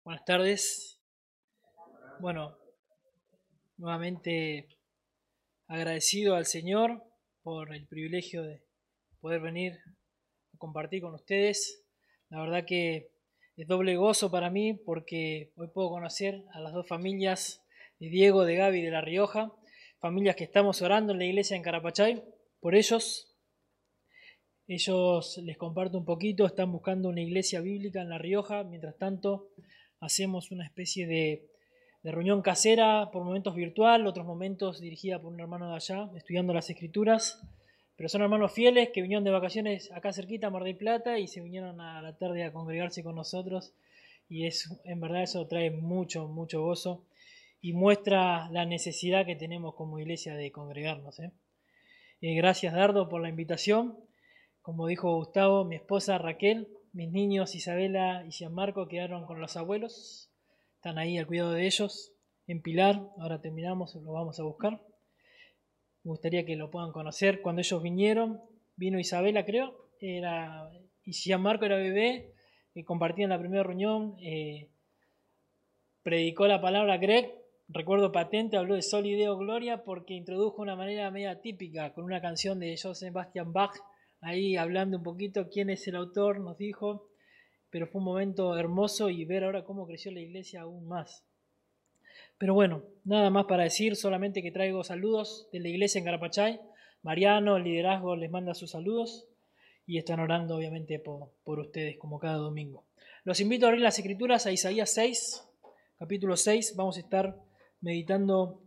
Buenas tardes. Bueno, nuevamente agradecido al Señor por el privilegio de poder venir a compartir con ustedes. La verdad que es doble gozo para mí porque hoy puedo conocer a las dos familias de Diego, de Gaby, de La Rioja, familias que estamos orando en la iglesia en Carapachay por ellos. Ellos, les comparto un poquito, están buscando una iglesia bíblica en La Rioja. Mientras tanto, hacemos una especie de reunión casera, por momentos virtual, otros momentos dirigida por un hermano de allá, estudiando las escrituras. Pero son hermanos fieles que vinieron de vacaciones acá cerquita, a Mar del Plata, y se vinieron a la tarde a congregarse con nosotros. Y en verdad eso trae mucho, mucho gozo y muestra la necesidad que tenemos como iglesia de congregarnos. Gracias, Dardo, por la invitación. Como dijo Gustavo, mi esposa Raquel, mis niños Isabela y Gianmarco quedaron con los abuelos. Están ahí al cuidado de ellos, en Pilar. Ahora terminamos, lo vamos a buscar. Me gustaría que lo puedan conocer. Cuando ellos vinieron, vino Isabela, creo, y Gianmarco era bebé, compartían la primera reunión. Predicó la palabra Greg, recuerdo patente, habló de Sol y Deo Gloria porque introdujo una manera media típica con una canción de Johann Sebastian Bach, ahí hablando un poquito quién es el autor, nos dijo, pero fue un momento hermoso y ver ahora cómo creció la iglesia aún más. Pero bueno, nada más para decir, solamente que traigo saludos de la iglesia en Carapachay. Mariano, el liderazgo, les manda sus saludos y están orando obviamente por ustedes como cada domingo. Los invito a abrir las escrituras a Isaías 6, capítulo 6, vamos a estar meditando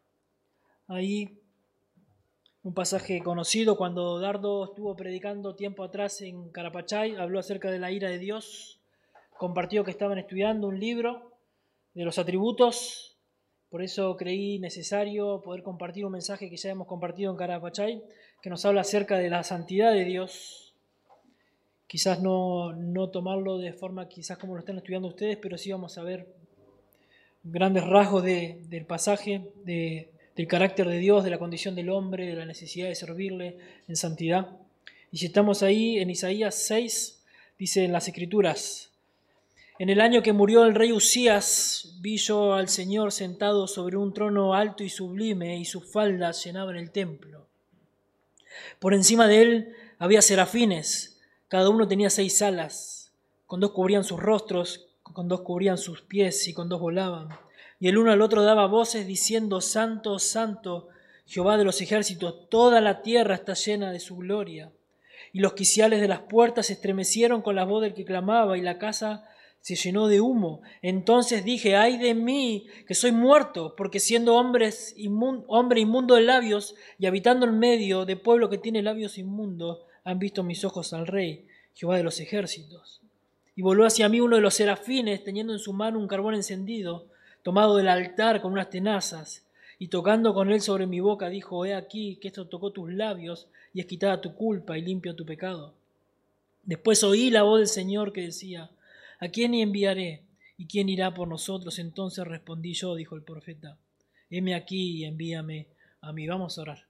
ahí un pasaje conocido. Cuando Dardo estuvo predicando tiempo atrás en Carapachay, habló acerca de la ira de Dios, compartió que estaban estudiando un libro de los atributos, por eso creí necesario poder compartir un mensaje que ya hemos compartido en Carapachay, que nos habla acerca de la santidad de Dios. Quizás no tomarlo de forma quizás como lo están estudiando ustedes, pero sí vamos a ver grandes rasgos del pasaje, del carácter de Dios, de la condición del hombre, de la necesidad de servirle en santidad. Y si estamos ahí en Isaías 6, dice en las Escrituras: en el año que murió el rey Usías, vi yo al Señor sentado sobre un trono alto y sublime, y sus faldas llenaban el templo. Por encima de él había serafines, cada uno tenía 6 alas, con 2 cubrían sus rostros, con 2 cubrían sus pies y con 2 volaban. Y el uno al otro daba voces diciendo: Santo, Santo, Jehová de los ejércitos, toda la tierra está llena de su gloria. Y los quiciales de las puertas se estremecieron con la voz del que clamaba, y la casa se llenó de humo. Entonces dije: ay de mí, que soy muerto, porque siendo hombre inmundo de labios y habitando en medio de pueblo que tiene labios inmundos, han visto mis ojos al Rey, Jehová de los ejércitos. Y voló hacia mí uno de los serafines, teniendo en su mano un carbón encendido, tomado del altar con unas tenazas, y tocando con él sobre mi boca, dijo: he aquí que esto tocó tus labios, y es quitada tu culpa y limpio tu pecado. Después oí la voz del Señor que decía: ¿a quién enviaré? ¿Y quién irá por nosotros? Entonces respondí yo, dijo el profeta: heme aquí y envíame a mí. Vamos a orar.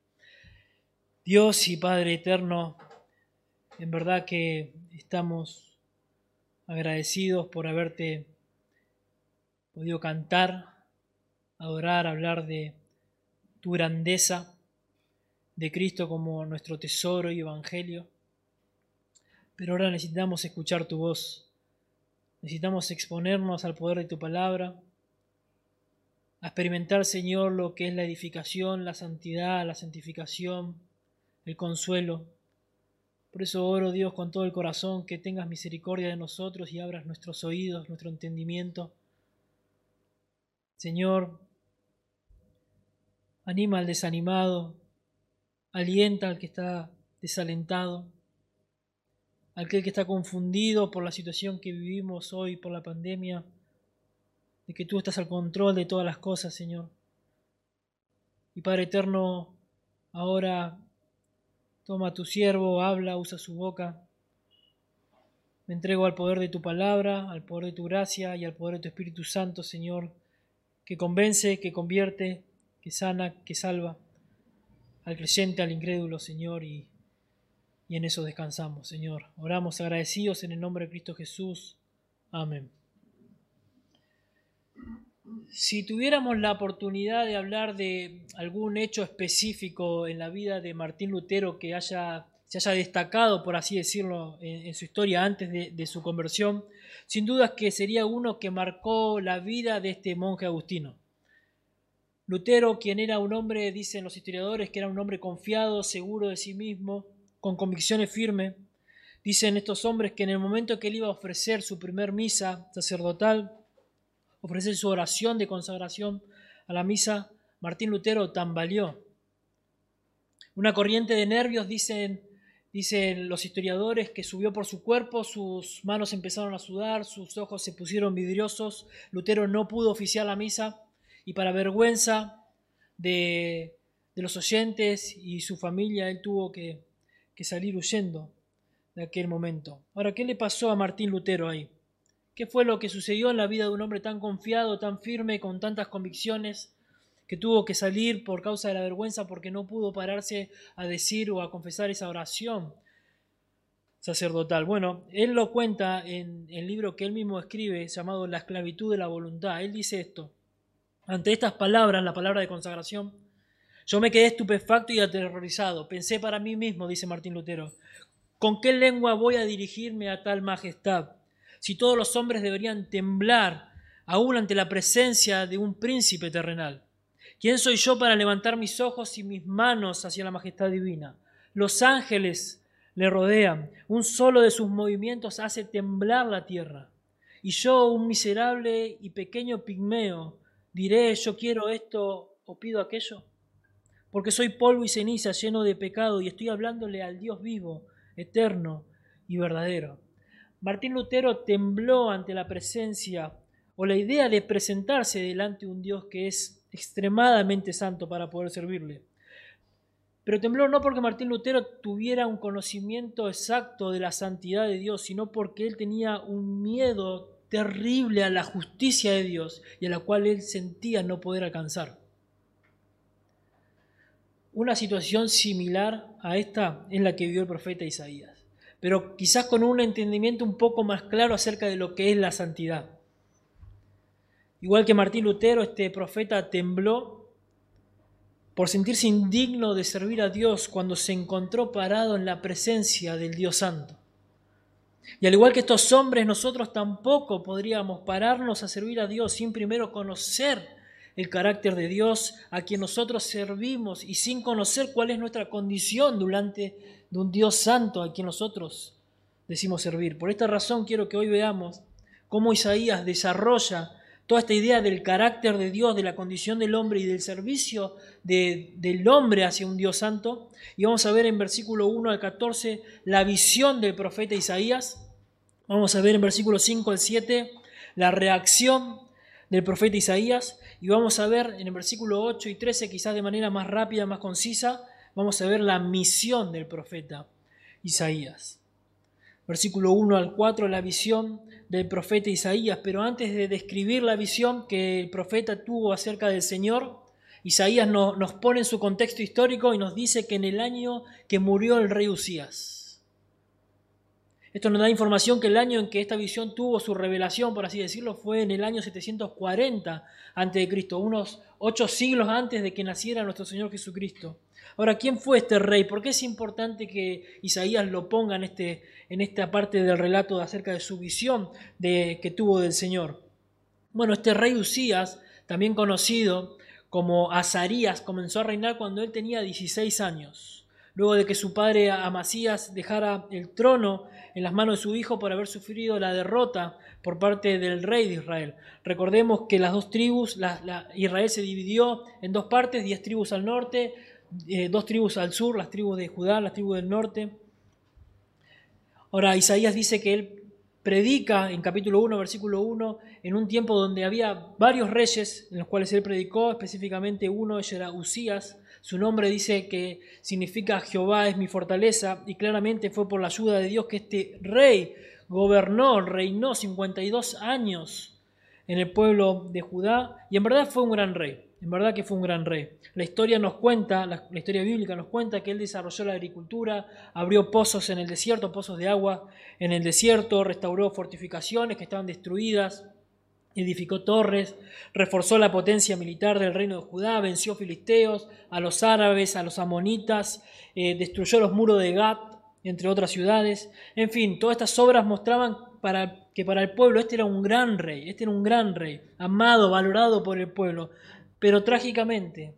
Dios y Padre eterno, en verdad que estamos agradecidos por haberte podido cantar, adorar, hablar de tu grandeza, de Cristo como nuestro tesoro y evangelio. Pero ahora necesitamos escuchar tu voz, necesitamos exponernos al poder de tu palabra, a experimentar, Señor, lo que es la edificación, la santidad, la santificación, el consuelo. Por eso oro, Dios, con todo el corazón, que tengas misericordia de nosotros y abras nuestros oídos, nuestro entendimiento. Señor, anima al desanimado, alienta al que está desalentado, aquel que está confundido por la situación que vivimos hoy, por la pandemia, de que tú estás al control de todas las cosas, Señor. Y Padre eterno, ahora toma a tu siervo, habla, usa su boca. Me entrego al poder de tu palabra, al poder de tu gracia y al poder de tu Espíritu Santo, Señor, que convence, que convierte, que sana, que salva al creyente, al incrédulo, Señor, y en eso descansamos, Señor. Oramos agradecidos en el nombre de Cristo Jesús. Amén. Si tuviéramos la oportunidad de hablar de algún hecho específico en la vida de Martín Lutero que se haya destacado, por así decirlo, en su historia antes de su conversión, sin duda es que sería uno que marcó la vida de este monje agustino. Lutero, quien era un hombre, dicen los historiadores, que era un hombre confiado, seguro de sí mismo, con convicciones firmes. Dicen estos hombres que en el momento que él iba a ofrecer su primer misa sacerdotal, ofrecer su oración de consagración a la misa, Martín Lutero tambaleó. Una corriente de nervios, dicen los historiadores, que subió por su cuerpo, sus manos empezaron a sudar, sus ojos se pusieron vidriosos. Lutero no pudo oficiar la misa y, para vergüenza de los oyentes y su familia, él tuvo que salir huyendo de aquel momento. Ahora, ¿qué le pasó a Martín Lutero ahí? ¿Qué fue lo que sucedió en la vida de un hombre tan confiado, tan firme, con tantas convicciones, que tuvo que salir por causa de la vergüenza porque no pudo pararse a decir o a confesar esa oración sacerdotal? Bueno, él lo cuenta en el libro que él mismo escribe llamado La esclavitud de la voluntad. Él dice esto: ante estas palabras, la palabra de consagración, yo me quedé estupefacto y aterrorizado. Pensé para mí mismo, dice Martín Lutero, ¿con qué lengua voy a dirigirme a tal majestad? Si todos los hombres deberían temblar aún ante la presencia de un príncipe terrenal. ¿Quién soy yo para levantar mis ojos y mis manos hacia la majestad divina? Los ángeles le rodean, un solo de sus movimientos hace temblar la tierra. Y yo, un miserable y pequeño pigmeo, diré yo quiero esto o pido aquello, porque soy polvo y ceniza lleno de pecado y estoy hablándole al Dios vivo, eterno y verdadero. Martín Lutero tembló ante la presencia o la idea de presentarse delante de un Dios que es extremadamente santo para poder servirle. Pero tembló no porque Martín Lutero tuviera un conocimiento exacto de la santidad de Dios, sino porque él tenía un miedo terrible a la justicia de Dios y a la cual él sentía no poder alcanzar. Una situación similar a esta es la que vivió el profeta Isaías, pero quizás con un entendimiento un poco más claro acerca de lo que es la santidad. Igual que Martín Lutero, este profeta tembló por sentirse indigno de servir a Dios cuando se encontró parado en la presencia del Dios Santo. Y al igual que estos hombres, nosotros tampoco podríamos pararnos a servir a Dios sin primero conocer el carácter de Dios a quien nosotros servimos y sin conocer cuál es nuestra condición delante de un Dios santo a quien nosotros decimos servir. Por esta razón quiero que hoy veamos cómo Isaías desarrolla toda esta idea del carácter de Dios, de la condición del hombre y del servicio del hombre hacia un Dios santo. Y vamos a ver en versículo 1 al 14 la visión del profeta Isaías. Vamos a ver en versículo 5 al 7 la reacción del profeta Isaías. Y vamos a ver en el versículo 8 y 13, quizás de manera más rápida, más concisa, vamos a ver la misión del profeta Isaías. Versículo 1 al 4, la visión del profeta Isaías. Pero antes de describir la visión que el profeta tuvo acerca del Señor, Isaías nos pone en su contexto histórico y nos dice que en el año que murió el rey Usías. Esto nos da información que el año en que esta visión tuvo su revelación, por así decirlo, fue en el año 740 a.C., unos 8 siglos antes de que naciera nuestro Señor Jesucristo. Ahora, ¿quién fue este rey? ¿Por qué es importante que Isaías lo ponga en esta parte del relato acerca de su visión que tuvo del Señor? Bueno, este rey Usías, también conocido como Azarías, comenzó a reinar cuando él tenía 16 años. Luego de que su padre Amasías dejara el trono en las manos de su hijo por haber sufrido la derrota por parte del rey de Israel. Recordemos que las dos tribus, Israel se dividió en dos partes, 10 tribus al norte, 2 tribus al sur, las tribus de Judá, las tribus del norte. Ahora, Isaías dice que él predica en capítulo 1, versículo 1, en un tiempo donde había varios reyes en los cuales él predicó, específicamente uno era Usías. Su nombre dice que significa Jehová es mi fortaleza, y claramente fue por la ayuda de Dios que este rey reinó 52 años en el pueblo de Judá, y en verdad fue un gran rey. En verdad que fue un gran rey. La historia nos cuenta, la historia bíblica nos cuenta que él desarrolló la agricultura, abrió pozos en el desierto, pozos de agua en el desierto, restauró fortificaciones que estaban destruidas, edificó torres, reforzó la potencia militar del reino de Judá, venció filisteos, a los árabes, a los amonitas, destruyó los muros de Gat, entre otras ciudades. En fin, todas estas obras mostraban que para el pueblo este era un gran rey, amado, valorado por el pueblo. Pero trágicamente,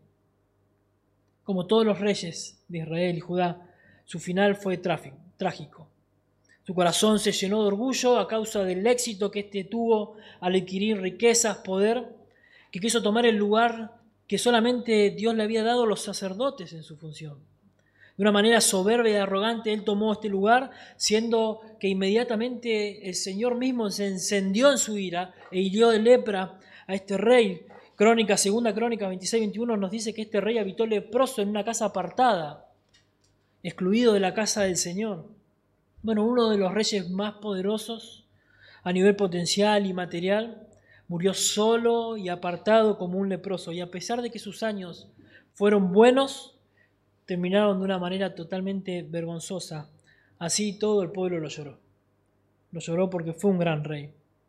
como todos los reyes de Israel y Judá, su final fue trágico. Su corazón se llenó de orgullo a causa del éxito que éste tuvo al adquirir riquezas, poder, que quiso tomar el lugar que solamente Dios le había dado a los sacerdotes en su función. De una manera soberbia y arrogante, él tomó este lugar, siendo que inmediatamente el Señor mismo se encendió en su ira e hirió de lepra a este rey. Segunda Crónica 26-21 nos dice que este rey habitó leproso en una casa apartada, excluido de la casa del Señor. Bueno, uno de los reyes más poderosos a nivel potencial y material murió solo y apartado como un leproso. Y a pesar de que sus años fueron buenos, terminaron de una manera totalmente vergonzosa. Así todo el pueblo lo lloró. Lo lloró porque fue un gran rey.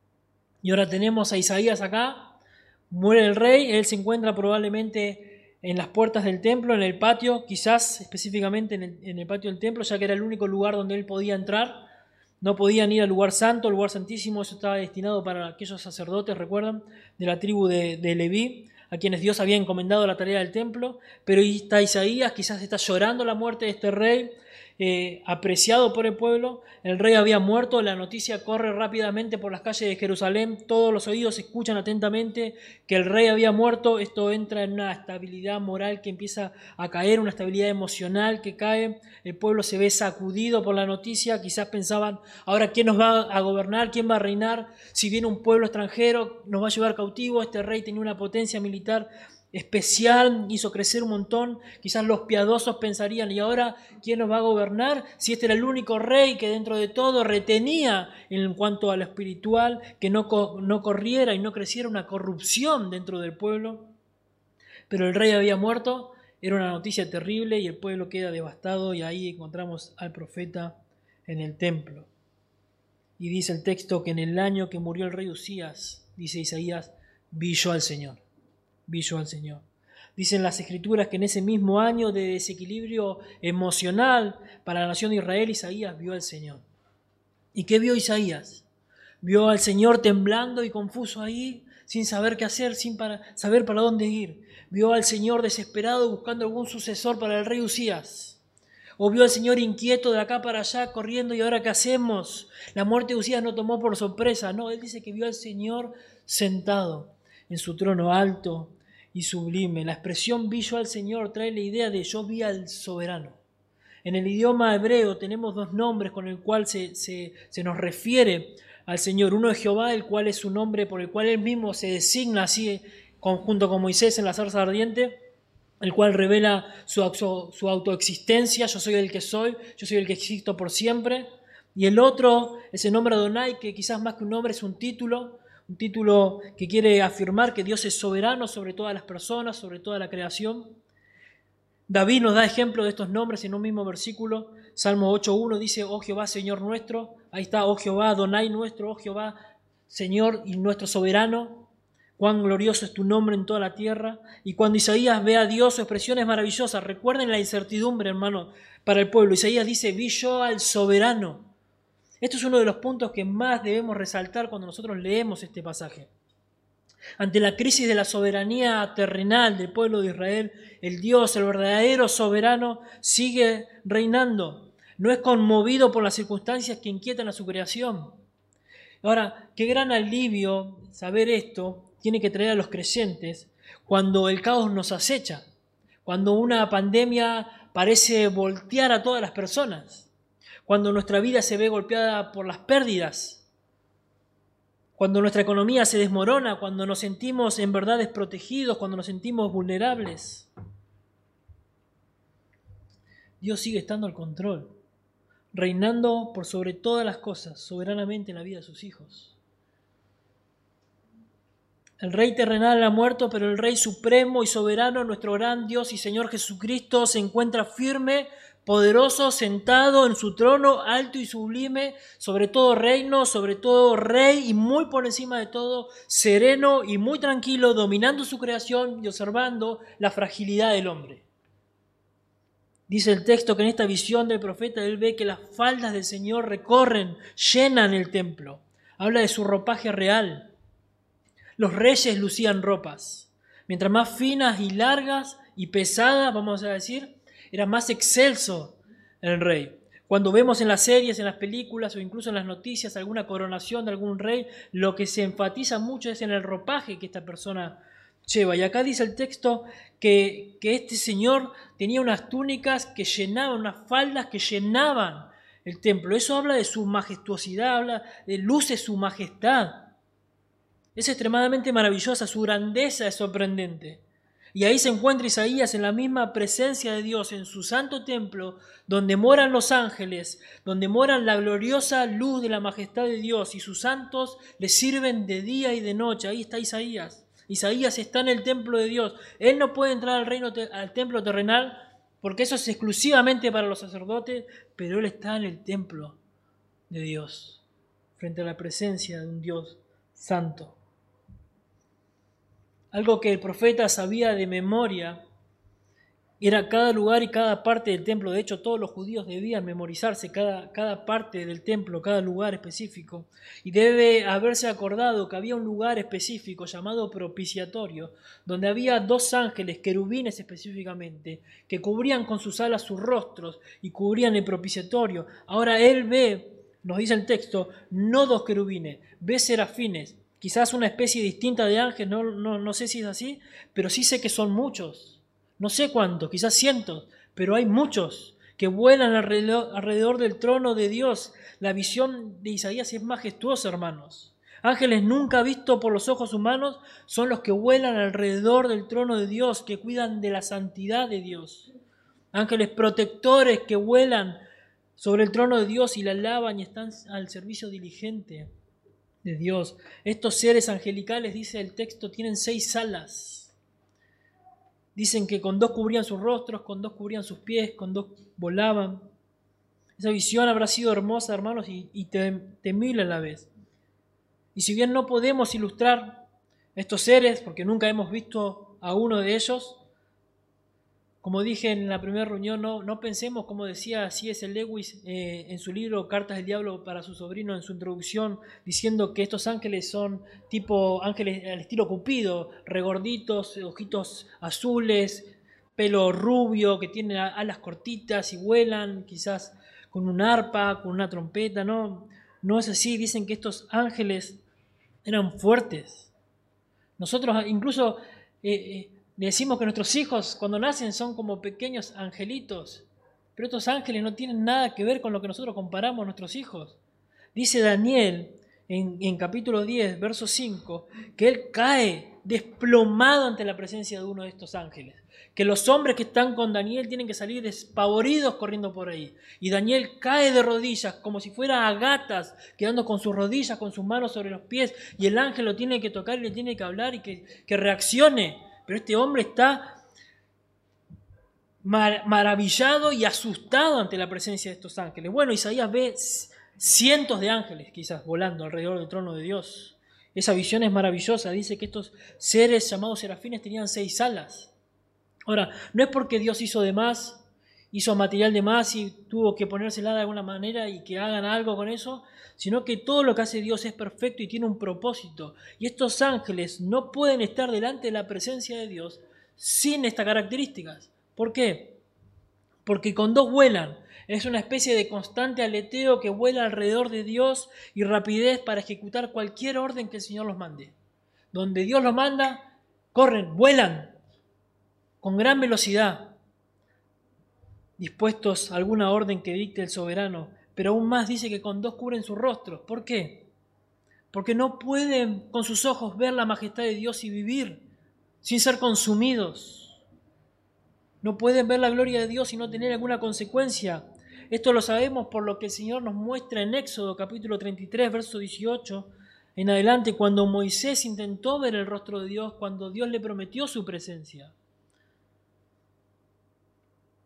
Y ahora tenemos a Isaías acá. Muere el rey, él se encuentra probablemente en las puertas del templo, en el patio, quizás específicamente en el patio del templo, ya que era el único lugar donde él podía entrar. No podían ir al lugar santo, al lugar santísimo. Eso estaba destinado para aquellos sacerdotes, recuerdan, de la tribu de Leví, a quienes Dios había encomendado la tarea del templo. Pero ahí está Isaías, quizás está llorando la muerte de este rey, apreciado por el pueblo. El rey había muerto, la noticia corre rápidamente por las calles de Jerusalén, todos los oídos escuchan atentamente que el rey había muerto. Esto entra en una estabilidad moral que empieza a caer, una estabilidad emocional que cae. El pueblo se ve sacudido por la noticia, quizás pensaban, ahora ¿quién nos va a gobernar? ¿Quién va a reinar? Si viene un pueblo extranjero, nos va a llevar cautivo. Este rey tenía una potencia militar especial, hizo crecer un montón. Quizás los piadosos pensarían, ¿y ahora quién nos va a gobernar? Si este era el único rey que dentro de todo retenía en cuanto a lo espiritual, que no corriera y no creciera una corrupción dentro del pueblo. Pero el rey había muerto, era una noticia terrible y el pueblo queda devastado, y ahí encontramos al profeta en el templo. Y dice el texto que en el año que murió el rey Usías, dice Isaías, vi yo al Señor. Vi yo al Señor. Dicen las Escrituras que en ese mismo año de desequilibrio emocional para la nación de Israel, Isaías vio al Señor. ¿Y qué vio Isaías? Vio al Señor temblando y confuso ahí, sin saber qué hacer, sin saber para dónde ir. Vio al Señor desesperado buscando algún sucesor para el rey Usías. O vio al Señor inquieto de acá para allá, corriendo, ¿y ahora qué hacemos? La muerte de Usías no tomó por sorpresa. No, él dice que vio al Señor sentado en su trono alto y sublime. La expresión vi yo al Señor trae la idea de yo vi al soberano. En el idioma hebreo tenemos dos nombres con el cual se nos refiere al Señor. Uno es Jehová, el cual es su nombre por el cual él mismo se designa así, junto con Moisés en la zarza ardiente, el cual revela su autoexistencia. Yo soy el que soy, yo soy el que existo por siempre. Y el otro es el nombre Adonai, que quizás más que un nombre es un título que quiere afirmar que Dios es soberano sobre todas las personas, sobre toda la creación. David nos da ejemplo de estos nombres en un mismo versículo. Salmo 8.1 dice, oh Jehová, Señor nuestro. Ahí está, oh Jehová, Adonai nuestro, oh Jehová, Señor y nuestro soberano. Cuán glorioso es tu nombre en toda la tierra. Y cuando Isaías ve a Dios, su expresión es maravillosa. Recuerden la incertidumbre, hermano, para el pueblo. Isaías dice, vi yo al soberano. Esto es uno de los puntos que más debemos resaltar cuando nosotros leemos este pasaje. Ante la crisis de la soberanía terrenal del pueblo de Israel, el Dios, el verdadero soberano, sigue reinando. No es conmovido por las circunstancias que inquietan a su creación. Ahora, qué gran alivio saber esto tiene que traer a los creyentes cuando el caos nos acecha, cuando una pandemia parece voltear a todas las personas, cuando nuestra vida se ve golpeada por las pérdidas, cuando nuestra economía se desmorona, cuando nos sentimos en verdad desprotegidos, cuando nos sentimos vulnerables. Dios sigue estando al control, reinando por sobre todas las cosas, soberanamente en la vida de sus hijos. El rey terrenal ha muerto, pero el rey supremo y soberano, nuestro gran Dios y Señor Jesucristo, se encuentra firme poderoso, sentado en su trono, alto y sublime, sobre todo reino, sobre todo rey y muy por encima de todo, sereno y muy tranquilo, dominando su creación y observando la fragilidad del hombre. Dice el texto que en esta visión del profeta él ve que las faldas del Señor recorren, llenan el templo. Habla de su ropaje real. Los reyes lucían ropas. Mientras más finas y largas y pesadas, vamos a decir, era más excelso el rey. Cuando vemos en las series, en las películas o incluso en las noticias alguna coronación de algún rey, lo que se enfatiza mucho es en el ropaje que esta persona lleva. Y acá dice el texto que este señor tenía unas túnicas que llenaban, unas faldas que llenaban el templo. Eso habla de su majestuosidad, habla de luce su majestad. Es extremadamente maravillosa, su grandeza es sorprendente. Y ahí se encuentra Isaías en la misma presencia de Dios, en su santo templo, donde moran los ángeles, donde moran la gloriosa luz de la majestad de Dios, y sus santos le sirven de día y de noche. Ahí está Isaías. Isaías está en el templo de Dios. Él no puede entrar al templo terrenal, porque eso es exclusivamente para los sacerdotes, pero él está en el templo de Dios, frente a la presencia de un Dios santo. Algo que el profeta sabía de memoria era cada lugar y cada parte del templo. De hecho, todos los judíos debían memorizarse cada parte del templo, cada lugar específico. Y debe haberse acordado que había un lugar específico llamado propiciatorio, donde había 2 ángeles, querubines específicamente, que cubrían con sus alas sus rostros y cubrían el propiciatorio. Ahora él ve, nos dice el texto, no 2 querubines, ve serafines. Quizás una especie distinta de ángel, no sé si es así, pero sí sé que son muchos. No sé cuántos, quizás cientos, pero hay muchos que vuelan alrededor del trono de Dios. La visión de Isaías es majestuosa, hermanos. Ángeles nunca vistos por los ojos humanos son los que vuelan alrededor del trono de Dios, que cuidan de la santidad de Dios. Ángeles protectores que vuelan sobre el trono de Dios y la alaban y están al servicio diligente de Dios. Estos seres angelicales, dice el texto, tienen 6 alas. Dicen que con 2 cubrían sus rostros, con 2 cubrían sus pies, con 2 volaban. Esa visión habrá sido hermosa, hermanos, y temible a la vez. Y si bien no podemos ilustrar estos seres, porque nunca hemos visto a uno de ellos, como dije en la primera reunión, no pensemos, como decía C.S. Lewis en su libro Cartas del Diablo para su sobrino, en su introducción, diciendo que estos ángeles son tipo ángeles al estilo Cupido, regorditos, ojitos azules, pelo rubio, que tienen alas cortitas y vuelan, quizás con un arpa, con una trompeta. No es así. Dicen que estos ángeles eran fuertes. Nosotros incluso decimos que nuestros hijos cuando nacen son como pequeños angelitos, pero estos ángeles no tienen nada que ver con lo que nosotros comparamos a nuestros hijos. Dice Daniel en capítulo 10, verso 5, que él cae desplomado ante la presencia de uno de estos ángeles, que los hombres que están con Daniel tienen que salir despavoridos corriendo por ahí, y Daniel cae de rodillas como si fuera a gatas, quedando con sus rodillas, con sus manos sobre los pies, y el ángel lo tiene que tocar y le tiene que hablar y que reaccione. Pero este hombre está maravillado y asustado ante la presencia de estos ángeles. Bueno, Isaías ve cientos de ángeles quizás volando alrededor del trono de Dios. Esa visión es maravillosa. Dice que estos seres llamados serafines tenían 6 alas. Ahora, no es porque Dios hizo de más, hizo material de más y tuvo que ponérsela de alguna manera y que hagan algo con eso, sino que todo lo que hace Dios es perfecto y tiene un propósito. Y estos ángeles no pueden estar delante de la presencia de Dios sin estas características. ¿Por qué? Porque con 2 vuelan. Es una especie de constante aleteo que vuela alrededor de Dios y rapidez para ejecutar cualquier orden que el Señor los mande. Donde Dios los manda, corren, vuelan con gran velocidad, dispuestos a alguna orden que dicte el soberano. Pero aún más dice que con 2 cubren sus rostros. ¿Por qué? Porque no pueden con sus ojos ver la majestad de Dios y vivir sin ser consumidos. No pueden ver la gloria de Dios y no tener alguna consecuencia. Esto lo sabemos por lo que el Señor nos muestra en Éxodo capítulo 33, verso 18 en adelante, cuando Moisés intentó ver el rostro de Dios, cuando Dios le prometió su presencia.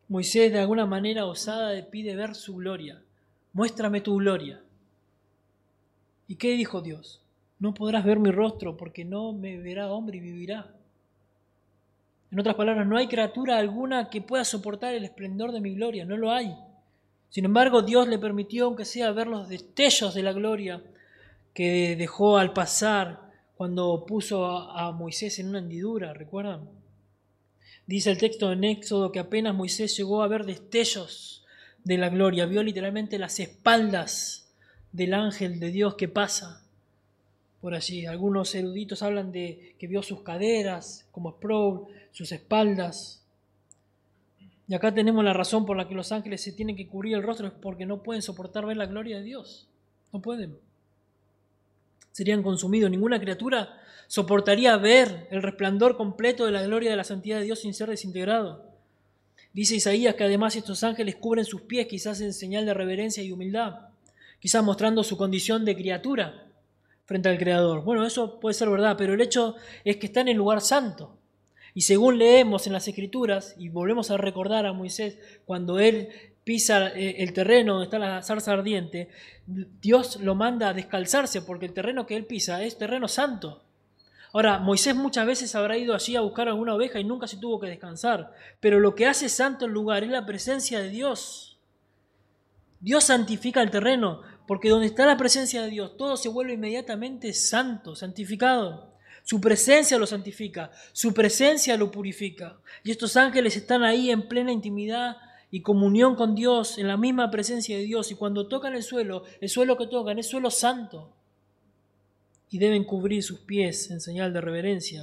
Moisés de alguna manera osada le pide ver su gloria. Muéstrame tu gloria. ¿Y qué dijo Dios? No podrás ver mi rostro porque no me verá hombre y vivirá. En otras palabras, no hay criatura alguna que pueda soportar el esplendor de mi gloria, no lo hay. Sin embargo, Dios le permitió, aunque sea, ver los destellos de la gloria que dejó al pasar cuando puso a Moisés en una hendidura, ¿recuerdan? Dice el texto en Éxodo que apenas Moisés llegó a ver destellos de la gloria, vio literalmente las espaldas del ángel de Dios que pasa por allí. Algunos eruditos hablan de que vio sus caderas, como Sproul, sus espaldas. Y acá tenemos la razón por la que los ángeles se tienen que cubrir el rostro, es porque no pueden soportar ver la gloria de Dios. No pueden. Serían consumidos. Ninguna criatura soportaría ver el resplandor completo de la gloria de la santidad de Dios sin ser desintegrado. Dice Isaías que además estos ángeles cubren sus pies, quizás en señal de reverencia y humildad, quizás mostrando su condición de criatura frente al Creador. Bueno, eso puede ser verdad, pero el hecho es que está en el lugar santo. Y según leemos en las Escrituras, y volvemos a recordar a Moisés cuando él pisa el terreno donde está la zarza ardiente, Dios lo manda a descalzarse porque el terreno que él pisa es terreno santo. Ahora, Moisés muchas veces habrá ido allí a buscar alguna oveja y nunca se tuvo que descansar, pero lo que hace santo el lugar es la presencia de Dios. Dios santifica el terreno, porque donde está la presencia de Dios, todo se vuelve inmediatamente santo, santificado. Su presencia lo santifica, su presencia lo purifica. Y estos ángeles están ahí en plena intimidad y comunión con Dios, en la misma presencia de Dios. Y cuando tocan el suelo que tocan es suelo santo. Y deben cubrir sus pies en señal de reverencia.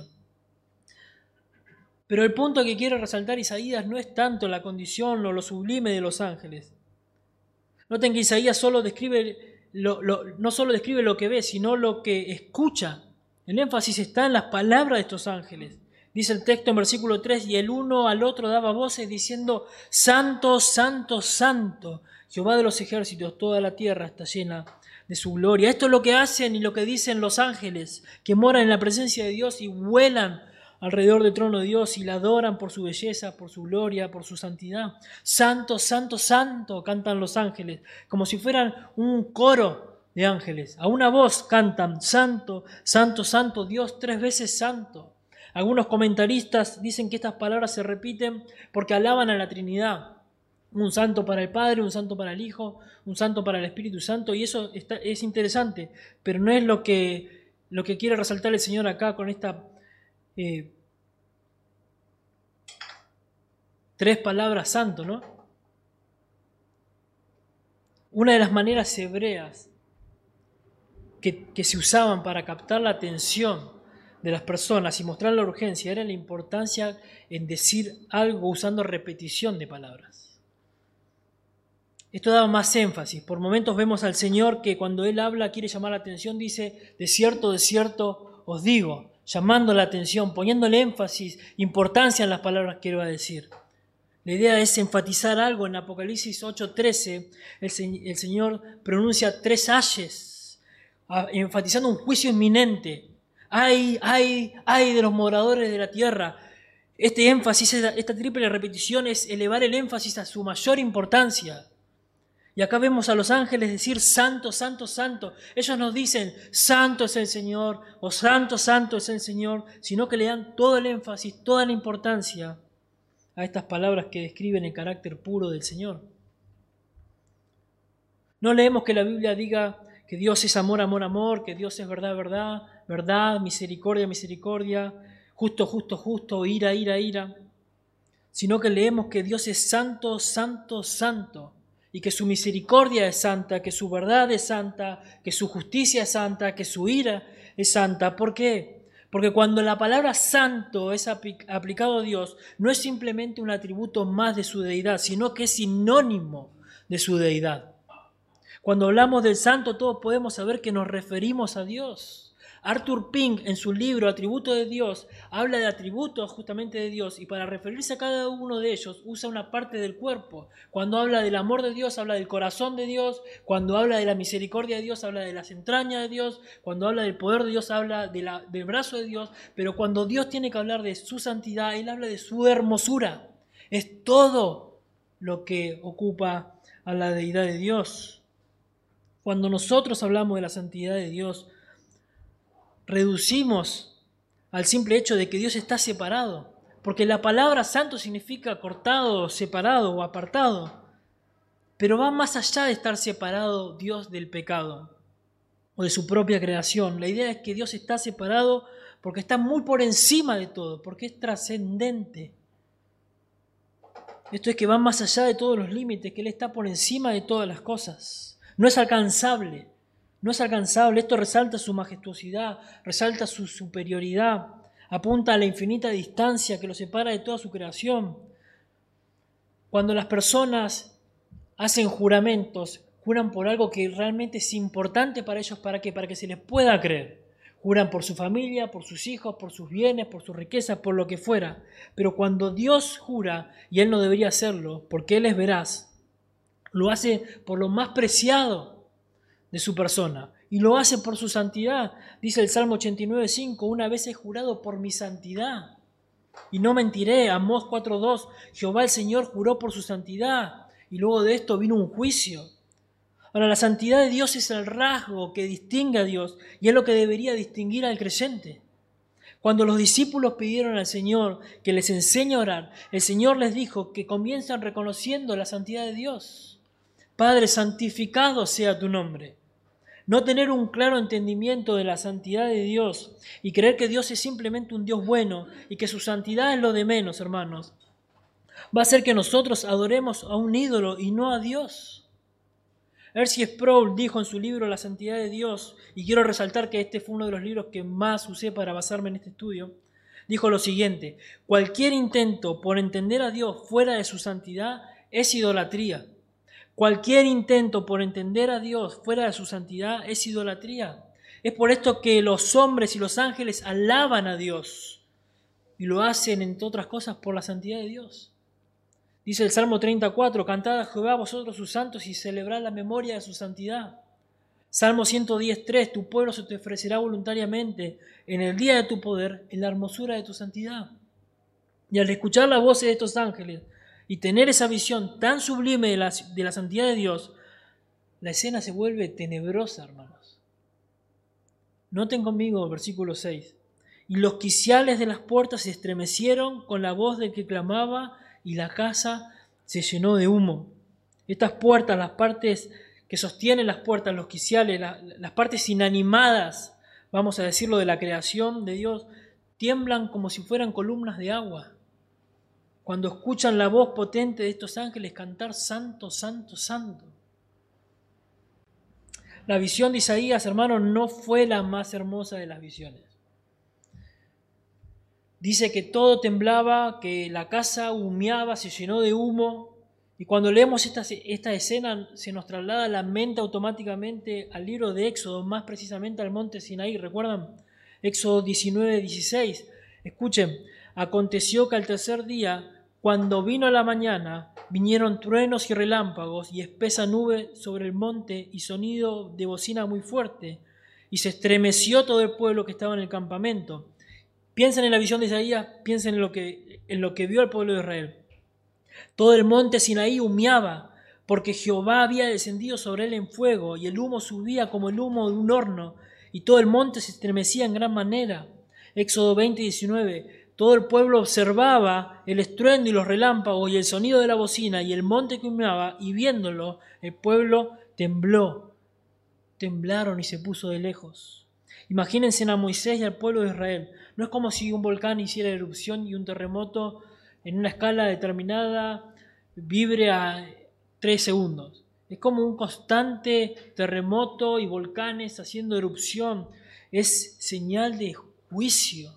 Pero el punto que quiere resaltar Isaías no es tanto la condición o lo sublime de los ángeles. Noten que Isaías no solo describe lo que ve, sino lo que escucha. El énfasis está en las palabras de estos ángeles. Dice el texto en versículo 3, y el uno al otro daba voces diciendo, Santo, Santo, Santo, Jehová de los ejércitos, toda la tierra está llena de su gloria. Esto es lo que hacen y lo que dicen los ángeles, que moran en la presencia de Dios y vuelan alrededor del trono de Dios y la adoran por su belleza, por su gloria, por su santidad. Santo, Santo, Santo, cantan los ángeles, como si fueran un coro de ángeles. A una voz cantan, Santo, Santo, Santo, Dios 3 veces santo. Algunos comentaristas dicen que estas palabras se repiten porque alaban a la Trinidad. Un santo para el Padre, un santo para el Hijo, un santo para el Espíritu Santo, y eso es interesante, pero no es lo que quiere resaltar el Señor acá con esta 3 palabras santo, ¿no? Una de las maneras hebreas que se usaban para captar la atención de las personas y mostrar la urgencia era la importancia en decir algo usando repetición de palabras. Esto daba más énfasis. Por momentos vemos al Señor que cuando Él habla quiere llamar la atención, dice, de cierto os digo, llamando la atención, poniéndole énfasis, importancia en las palabras que Él va a decir. La idea es enfatizar algo. En Apocalipsis 8:13 el Señor pronuncia 3 ayes, enfatizando un juicio inminente. ¡Ay de los moradores de la tierra! Este énfasis, esta triple repetición es elevar el énfasis a su mayor importancia. Y acá vemos a los ángeles decir, Santo, Santo, Santo. Ellos nos dicen, Santo es el Señor, o Santo, Santo es el Señor, sino que le dan todo el énfasis, toda la importancia a estas palabras que describen el carácter puro del Señor. No leemos que la Biblia diga que Dios es amor, amor, amor, que Dios es verdad, verdad, verdad, misericordia, misericordia, justo, justo, justo, ira, ira, ira, sino que leemos que Dios es santo, santo, santo, y que su misericordia es santa, que su verdad es santa, que su justicia es santa, que su ira es santa. ¿Por qué? Porque cuando la palabra santo es aplicado a Dios, no es simplemente un atributo más de su deidad, sino que es sinónimo de su deidad. Cuando hablamos del santo, todos podemos saber que nos referimos a Dios. Arthur Pink, en su libro Atributos de Dios, habla de atributos justamente de Dios y para referirse a cada uno de ellos usa una parte del cuerpo. Cuando habla del amor de Dios, habla del corazón de Dios. Cuando habla de la misericordia de Dios, habla de las entrañas de Dios. Cuando habla del poder de Dios, habla del brazo de Dios. Pero cuando Dios tiene que hablar de su santidad, Él habla de su hermosura. Es todo lo que ocupa a la deidad de Dios. Cuando nosotros hablamos de la santidad de Dios, reducimos al simple hecho de que Dios está separado, porque la palabra santo significa cortado, separado o apartado, pero va más allá de estar separado Dios del pecado o de su propia creación. La idea es que Dios está separado porque está muy por encima de todo, porque es trascendente. Esto es que va más allá de todos los límites, que Él está por encima de todas las cosas. No es alcanzable, no es alcanzable. Esto resalta su majestuosidad, resalta su superioridad, apunta a la infinita distancia que lo separa de toda su creación. Cuando las personas hacen juramentos, juran por algo que realmente es importante para ellos, ¿para qué? Para que se les pueda creer. Juran por su familia, por sus hijos, por sus bienes, por su riqueza, por lo que fuera. Pero cuando Dios jura, y Él no debería hacerlo, porque Él es veraz, lo hace por lo más preciado de su persona. Y lo hace por su santidad. Dice el Salmo 89:5, una vez he jurado por mi santidad. Y no mentiré. Amós 4:2, Jehová el Señor juró por su santidad. Y luego de esto vino un juicio. Ahora, la santidad de Dios es el rasgo que distingue a Dios y es lo que debería distinguir al creyente. Cuando los discípulos pidieron al Señor que les enseñe a orar, el Señor les dijo que comiencen reconociendo la santidad de Dios. Padre, santificado sea tu nombre. No tener un claro entendimiento de la santidad de Dios y creer que Dios es simplemente un Dios bueno y que su santidad es lo de menos, hermanos, va a hacer que nosotros adoremos a un ídolo y no a Dios. R.C. Sproul dijo en su libro La santidad de Dios, y quiero resaltar que este fue uno de los libros que más usé para basarme en este estudio, dijo lo siguiente: cualquier intento por entender a Dios fuera de su santidad es idolatría. Cualquier intento por entender a Dios fuera de su santidad es idolatría. Es por esto que los hombres y los ángeles alaban a Dios y lo hacen, entre otras cosas, por la santidad de Dios. Dice el Salmo 34, cantad a Jehová vosotros sus santos y celebrad la memoria de su santidad. Salmo 110:3, tu pueblo se te ofrecerá voluntariamente en el día de tu poder, en la hermosura de tu santidad. Y al escuchar las voces de estos ángeles y tener esa visión tan sublime de la santidad de Dios, la escena se vuelve tenebrosa, hermanos. Noten conmigo el versículo 6. Y los quiciales de las puertas se estremecieron con la voz del que clamaba, y la casa se llenó de humo. Estas puertas, las partes que sostienen las puertas, los quiciales, las partes inanimadas, vamos a decirlo, de la creación de Dios, tiemblan como si fueran columnas de agua cuando escuchan la voz potente de estos ángeles cantar santo, santo, santo. La visión de Isaías, hermanos, no fue la más hermosa de las visiones. Dice que todo temblaba, que la casa humeaba, se llenó de humo. Y cuando leemos esta escena se nos traslada la mente automáticamente al libro de Éxodo, más precisamente al monte Sinaí. ¿Recuerdan? Éxodo 19:16. Escuchen, aconteció que al tercer día, cuando vino la mañana, vinieron truenos y relámpagos y espesa nube sobre el monte y sonido de bocina muy fuerte. Y se estremeció todo el pueblo que estaba en el campamento. Piensen en la visión de Isaías, piensen en lo que vio el pueblo de Israel. Todo el monte Sinaí humeaba, porque Jehová había descendido sobre él en fuego, y el humo subía como el humo de un horno, y todo el monte se estremecía en gran manera. Éxodo 20:19. Todo el pueblo observaba el estruendo y los relámpagos y el sonido de la bocina y el monte que humeaba, y viéndolo, el pueblo tembló. Temblaron y se puso de lejos. Imagínense a Moisés y al pueblo de Israel. No es como si un volcán hiciera erupción y un terremoto en una escala determinada vibre a 3 segundos. Es como un constante terremoto y volcanes haciendo erupción. Es señal de juicio.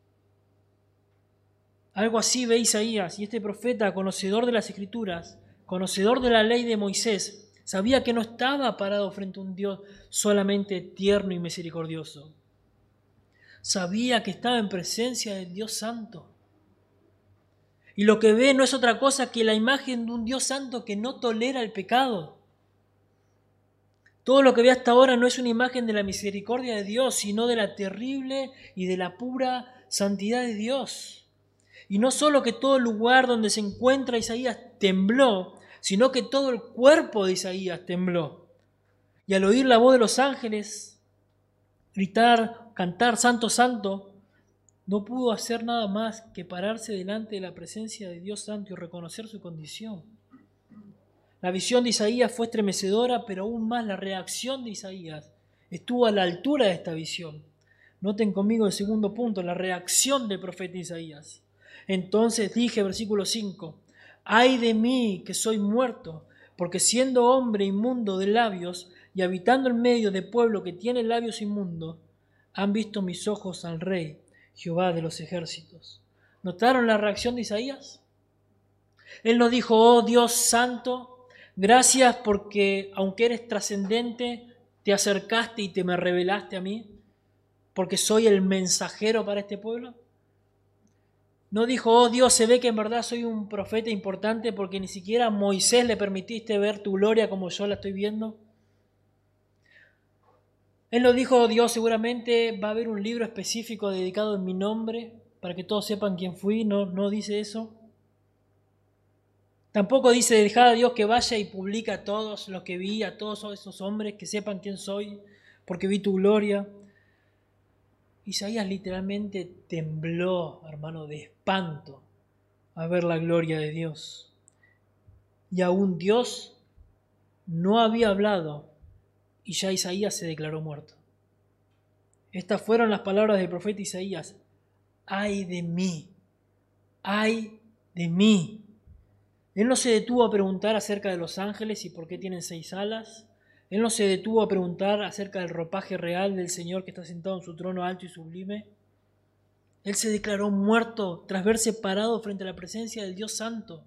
Algo así ve Isaías, y este profeta, conocedor de las Escrituras, conocedor de la ley de Moisés, sabía que no estaba parado frente a un Dios solamente tierno y misericordioso. Sabía que estaba en presencia del Dios Santo. Y lo que ve no es otra cosa que la imagen de un Dios Santo que no tolera el pecado. Todo lo que ve hasta ahora no es una imagen de la misericordia de Dios, sino de la terrible y de la pura santidad de Dios. Y no solo que todo el lugar donde se encuentra Isaías tembló, sino que todo el cuerpo de Isaías tembló. Y al oír la voz de los ángeles gritar, cantar, Santo, Santo, no pudo hacer nada más que pararse delante de la presencia de Dios Santo y reconocer su condición. La visión de Isaías fue estremecedora, pero aún más la reacción de Isaías estuvo a la altura de esta visión. Noten conmigo el segundo punto, la reacción del profeta Isaías. Entonces dije, versículo 5, ay de mí que soy muerto, porque siendo hombre inmundo de labios y habitando en medio de pueblo que tiene labios inmundos, han visto mis ojos al Rey, Jehová de los ejércitos. ¿Notaron la reacción de Isaías? Él no dijo, oh Dios santo, gracias porque aunque eres trascendente, te acercaste y te me revelaste a mí, porque soy el mensajero para este pueblo. No dijo, oh Dios, se ve que en verdad soy un profeta importante porque ni siquiera a Moisés le permitiste ver tu gloria como yo la estoy viendo. Él no dijo, oh Dios, seguramente va a haber un libro específico dedicado en mi nombre para que todos sepan quién fui. No dice eso. Tampoco dice, dejad a Dios que vaya y publique a todos los que vi, a todos esos hombres que sepan quién soy, porque vi tu gloria. Isaías literalmente tembló, hermano, de espanto a ver la gloria de Dios. Y aún Dios no había hablado y ya Isaías se declaró muerto. Estas fueron las palabras del profeta Isaías. ¡Ay de mí! ¡Ay de mí! Él no se detuvo a preguntar acerca de los ángeles y por qué tienen 6 alas. Él no se detuvo a preguntar acerca del ropaje real del Señor que está sentado en su trono alto y sublime. Él se declaró muerto tras verse parado frente a la presencia del Dios Santo.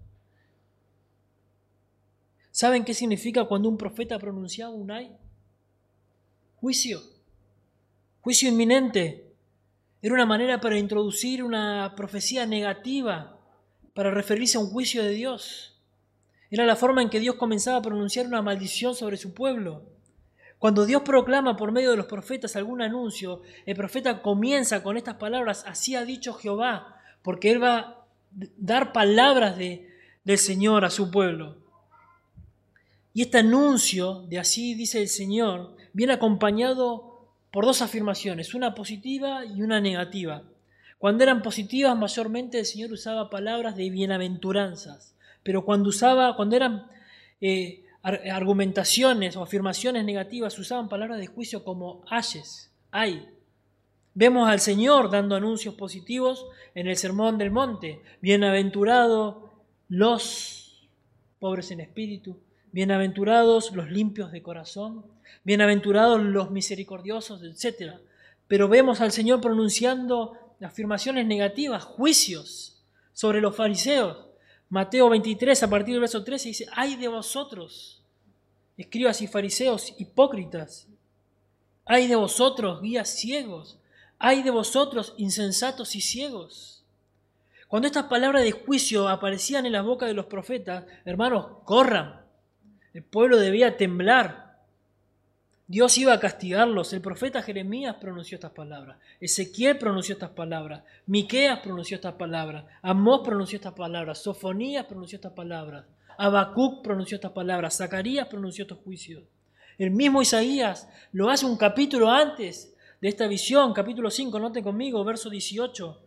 ¿Saben qué significa cuando un profeta pronunciaba un ay? Juicio. Juicio inminente. Era una manera para introducir una profecía negativa, para referirse a un juicio de Dios. Era la forma en que Dios comenzaba a pronunciar una maldición sobre su pueblo. Cuando Dios proclama por medio de los profetas algún anuncio, el profeta comienza con estas palabras, así ha dicho Jehová, porque Él va a dar palabras del Señor a su pueblo. Y este anuncio de así dice el Señor viene acompañado por 2 afirmaciones, una positiva y una negativa. Cuando eran positivas, mayormente el Señor usaba palabras de bienaventuranzas, pero cuando eran argumentaciones o afirmaciones negativas, usaban palabras de juicio como ayes, ay. Vemos al Señor dando anuncios positivos en el Sermón del Monte. Bienaventurados los pobres en espíritu, bienaventurados los limpios de corazón, bienaventurados los misericordiosos, etc. Pero vemos al Señor pronunciando afirmaciones negativas, juicios sobre los fariseos. Mateo 23, a partir del verso 13, dice, ¡ay de vosotros, escribas y fariseos hipócritas! ¡Ay de vosotros, guías ciegos! ¡Ay de vosotros, insensatos y ciegos! Cuando estas palabras de juicio aparecían en las bocas de los profetas, hermanos, corran. El pueblo debía temblar. Dios iba a castigarlos. El profeta Jeremías pronunció estas palabras. Ezequiel pronunció estas palabras. Miqueas pronunció estas palabras. Amós pronunció estas palabras. Sofonías pronunció estas palabras. Habacuc pronunció estas palabras. Zacarías pronunció estos juicios. El mismo Isaías lo hace un capítulo antes de esta visión, capítulo 5, noten conmigo, verso 18.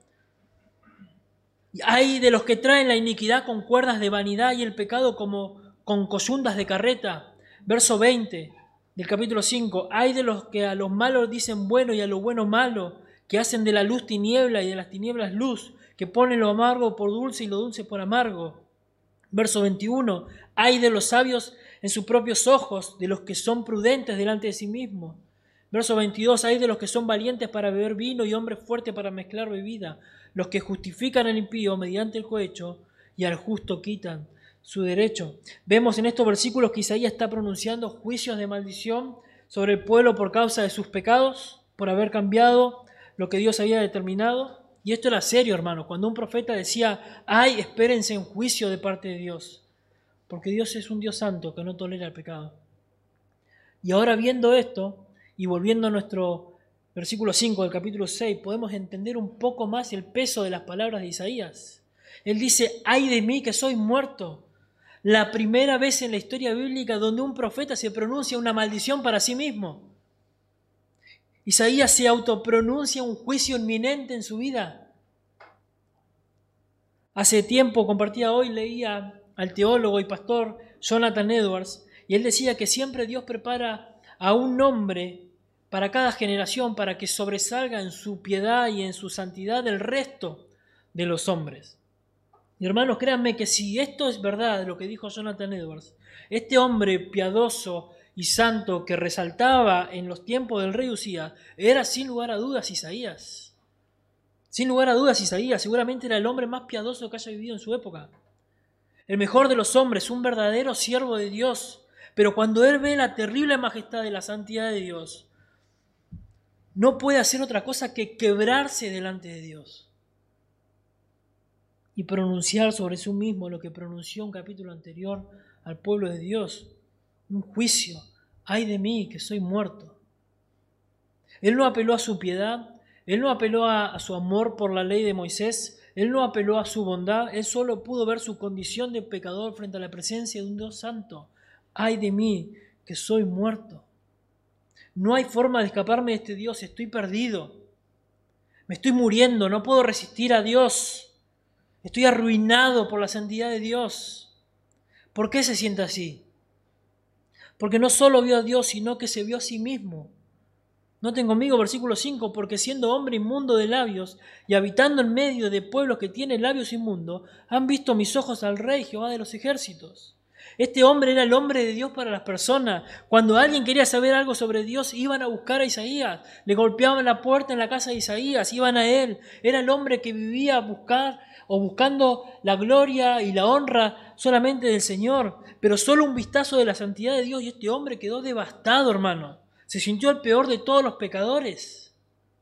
Hay de los que traen la iniquidad con cuerdas de vanidad y el pecado como con coyundas de carreta. Verso 20 del capítulo 5. Hay de los que a los malos dicen bueno y a lo bueno malo, que hacen de la luz tiniebla y de las tinieblas luz, que ponen lo amargo por dulce y lo dulce por amargo. Verso 21. Hay de los sabios en sus propios ojos, de los que son prudentes delante de sí mismos. Verso 22. Hay de los que son valientes para beber vino y hombres fuertes para mezclar bebida, los que justifican al impío mediante el cohecho y al justo quitan su derecho. Vemos en estos versículos que Isaías está pronunciando juicios de maldición sobre el pueblo por causa de sus pecados, por haber cambiado lo que Dios había determinado. Y esto era serio, hermano. Cuando un profeta decía, ay, espérense en juicio de parte de Dios, porque Dios es un Dios santo que no tolera el pecado. Y ahora viendo esto, y volviendo a nuestro versículo 5 del capítulo 6, podemos entender un poco más el peso de las palabras de Isaías. Él dice, ay de mí que soy muerto. La primera vez en la historia bíblica donde un profeta se pronuncia una maldición para sí mismo. Isaías se autopronuncia un juicio inminente en su vida. Hace tiempo, compartía hoy, leía al teólogo y pastor Jonathan Edwards, y él decía que siempre Dios prepara a un hombre para cada generación para que sobresalga en su piedad y en su santidad del resto de los hombres. Y hermanos, créanme que si esto es verdad, lo que dijo Jonathan Edwards, este hombre piadoso y santo que resaltaba en los tiempos del rey Usías, era sin lugar a dudas Isaías. Sin lugar a dudas Isaías, seguramente era el hombre más piadoso que haya vivido en su época. El mejor de los hombres, un verdadero siervo de Dios. Pero cuando él ve la terrible majestad de la santidad de Dios, no puede hacer otra cosa que quebrarse delante de Dios y pronunciar sobre sí mismo lo que pronunció un capítulo anterior al pueblo de Dios. Un juicio. ¡Ay de mí, que soy muerto! Él no apeló a su piedad, él no apeló a su amor por la ley de Moisés, él no apeló a su bondad, él solo pudo ver su condición de pecador frente a la presencia de un Dios santo. ¡Ay de mí, que soy muerto! No hay forma de escaparme de este Dios, estoy perdido. Me estoy muriendo, no puedo resistir a Dios. Estoy arruinado por la santidad de Dios. ¿Por qué se siente así? Porque no solo vio a Dios, sino que se vio a sí mismo. Noten conmigo versículo 5, porque siendo hombre inmundo de labios y habitando en medio de pueblos que tienen labios inmundos, han visto mis ojos al Rey, Jehová de los ejércitos. Este hombre era el hombre de Dios para las personas. Cuando alguien quería saber algo sobre Dios, iban a buscar a Isaías, le golpeaban la puerta en la casa de Isaías, iban a él. Era el hombre que vivía a buscar o buscando la gloria y la honra solamente del Señor, pero solo un vistazo de la santidad de Dios y este hombre quedó devastado, hermano. Se sintió el peor de todos los pecadores.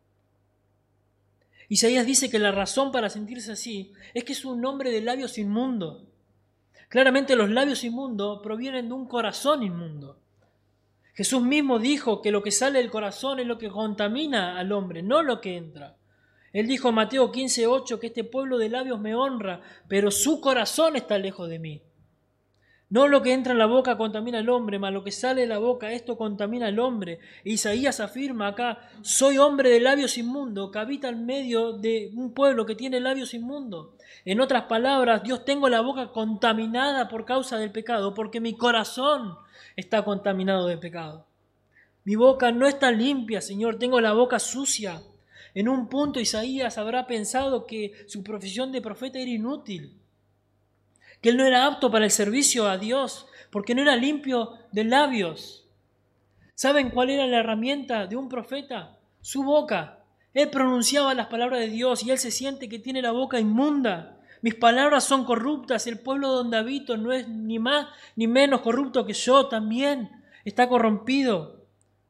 Isaías dice que la razón para sentirse así es que es un hombre de labios inmundos. Claramente los labios inmundos provienen de un corazón inmundo. Jesús mismo dijo que lo que sale del corazón es lo que contamina al hombre, no lo que entra. Él dijo en Mateo 15:8 que este pueblo de labios me honra, pero su corazón está lejos de mí. No lo que entra en la boca contamina al hombre, mas lo que sale de la boca, esto contamina al hombre. E Isaías afirma acá, soy hombre de labios inmundos, que habita en medio de un pueblo que tiene labios inmundos. En otras palabras, Dios, tengo la boca contaminada por causa del pecado, porque mi corazón está contaminado de pecado. Mi boca no está limpia, Señor, tengo la boca sucia. En un punto Isaías habrá pensado que su profesión de profeta era inútil, que él no era apto para el servicio a Dios, porque no era limpio de labios. ¿Saben cuál era la herramienta de un profeta? Su boca. Él pronunciaba las palabras de Dios y él se siente que tiene la boca inmunda. Mis palabras son corruptas, el pueblo donde habito no es ni más ni menos corrupto que yo, también está corrompido.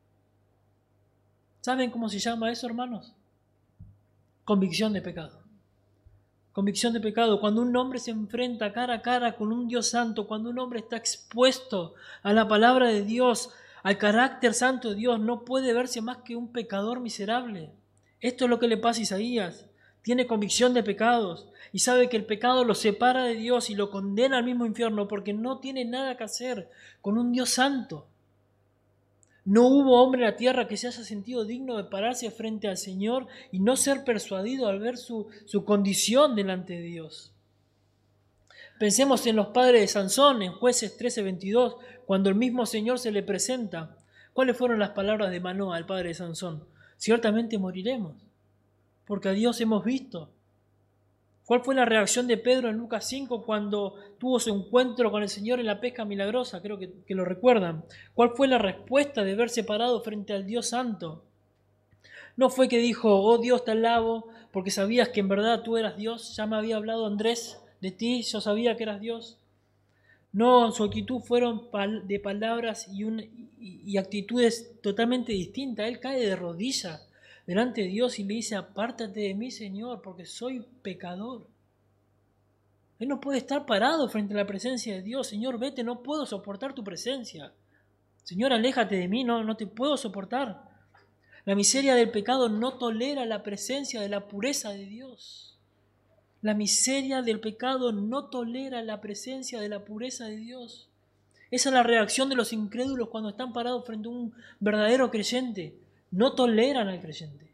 ¿Saben cómo se llama eso, hermanos? Convicción de pecado. Convicción de pecado. Cuando un hombre se enfrenta cara a cara con un Dios santo, cuando un hombre está expuesto a la palabra de Dios, al carácter santo de Dios, no puede verse más que un pecador miserable. Esto es lo que le pasa a Isaías. Tiene convicción de pecados y sabe que el pecado lo separa de Dios y lo condena al mismo infierno porque no tiene nada que hacer con un Dios santo. No hubo hombre en la tierra que se haya sentido digno de pararse frente al Señor y no ser persuadido al ver su condición delante de Dios. Pensemos en los padres de Sansón, en Jueces 13:22, cuando el mismo Señor se le presenta. ¿Cuáles fueron las palabras de Manoa, el padre de Sansón? Ciertamente moriremos, porque a Dios hemos visto. ¿Cuál fue la reacción de Pedro en Lucas 5 cuando tuvo su encuentro con el Señor en la pesca milagrosa? Creo que lo recuerdan. ¿Cuál fue la respuesta de verse parado frente al Dios Santo? No fue que dijo, oh Dios, te alabo, porque sabías que en verdad tú eras Dios. Ya me había hablado Andrés de ti, yo sabía que eras Dios. No, su actitud fueron de palabras y actitudes totalmente distintas. Él cae de rodillas delante de Dios y le dice, apártate de mí, Señor, porque soy pecador. Él no puede estar parado frente a la presencia de Dios. Señor, vete, no puedo soportar tu presencia. Señor, aléjate de mí, no te puedo soportar. La miseria del pecado no tolera la presencia de la pureza de Dios. La miseria del pecado no tolera la presencia de la pureza de Dios. Esa es la reacción de los incrédulos cuando están parados frente a un verdadero creyente. No toleran al creyente.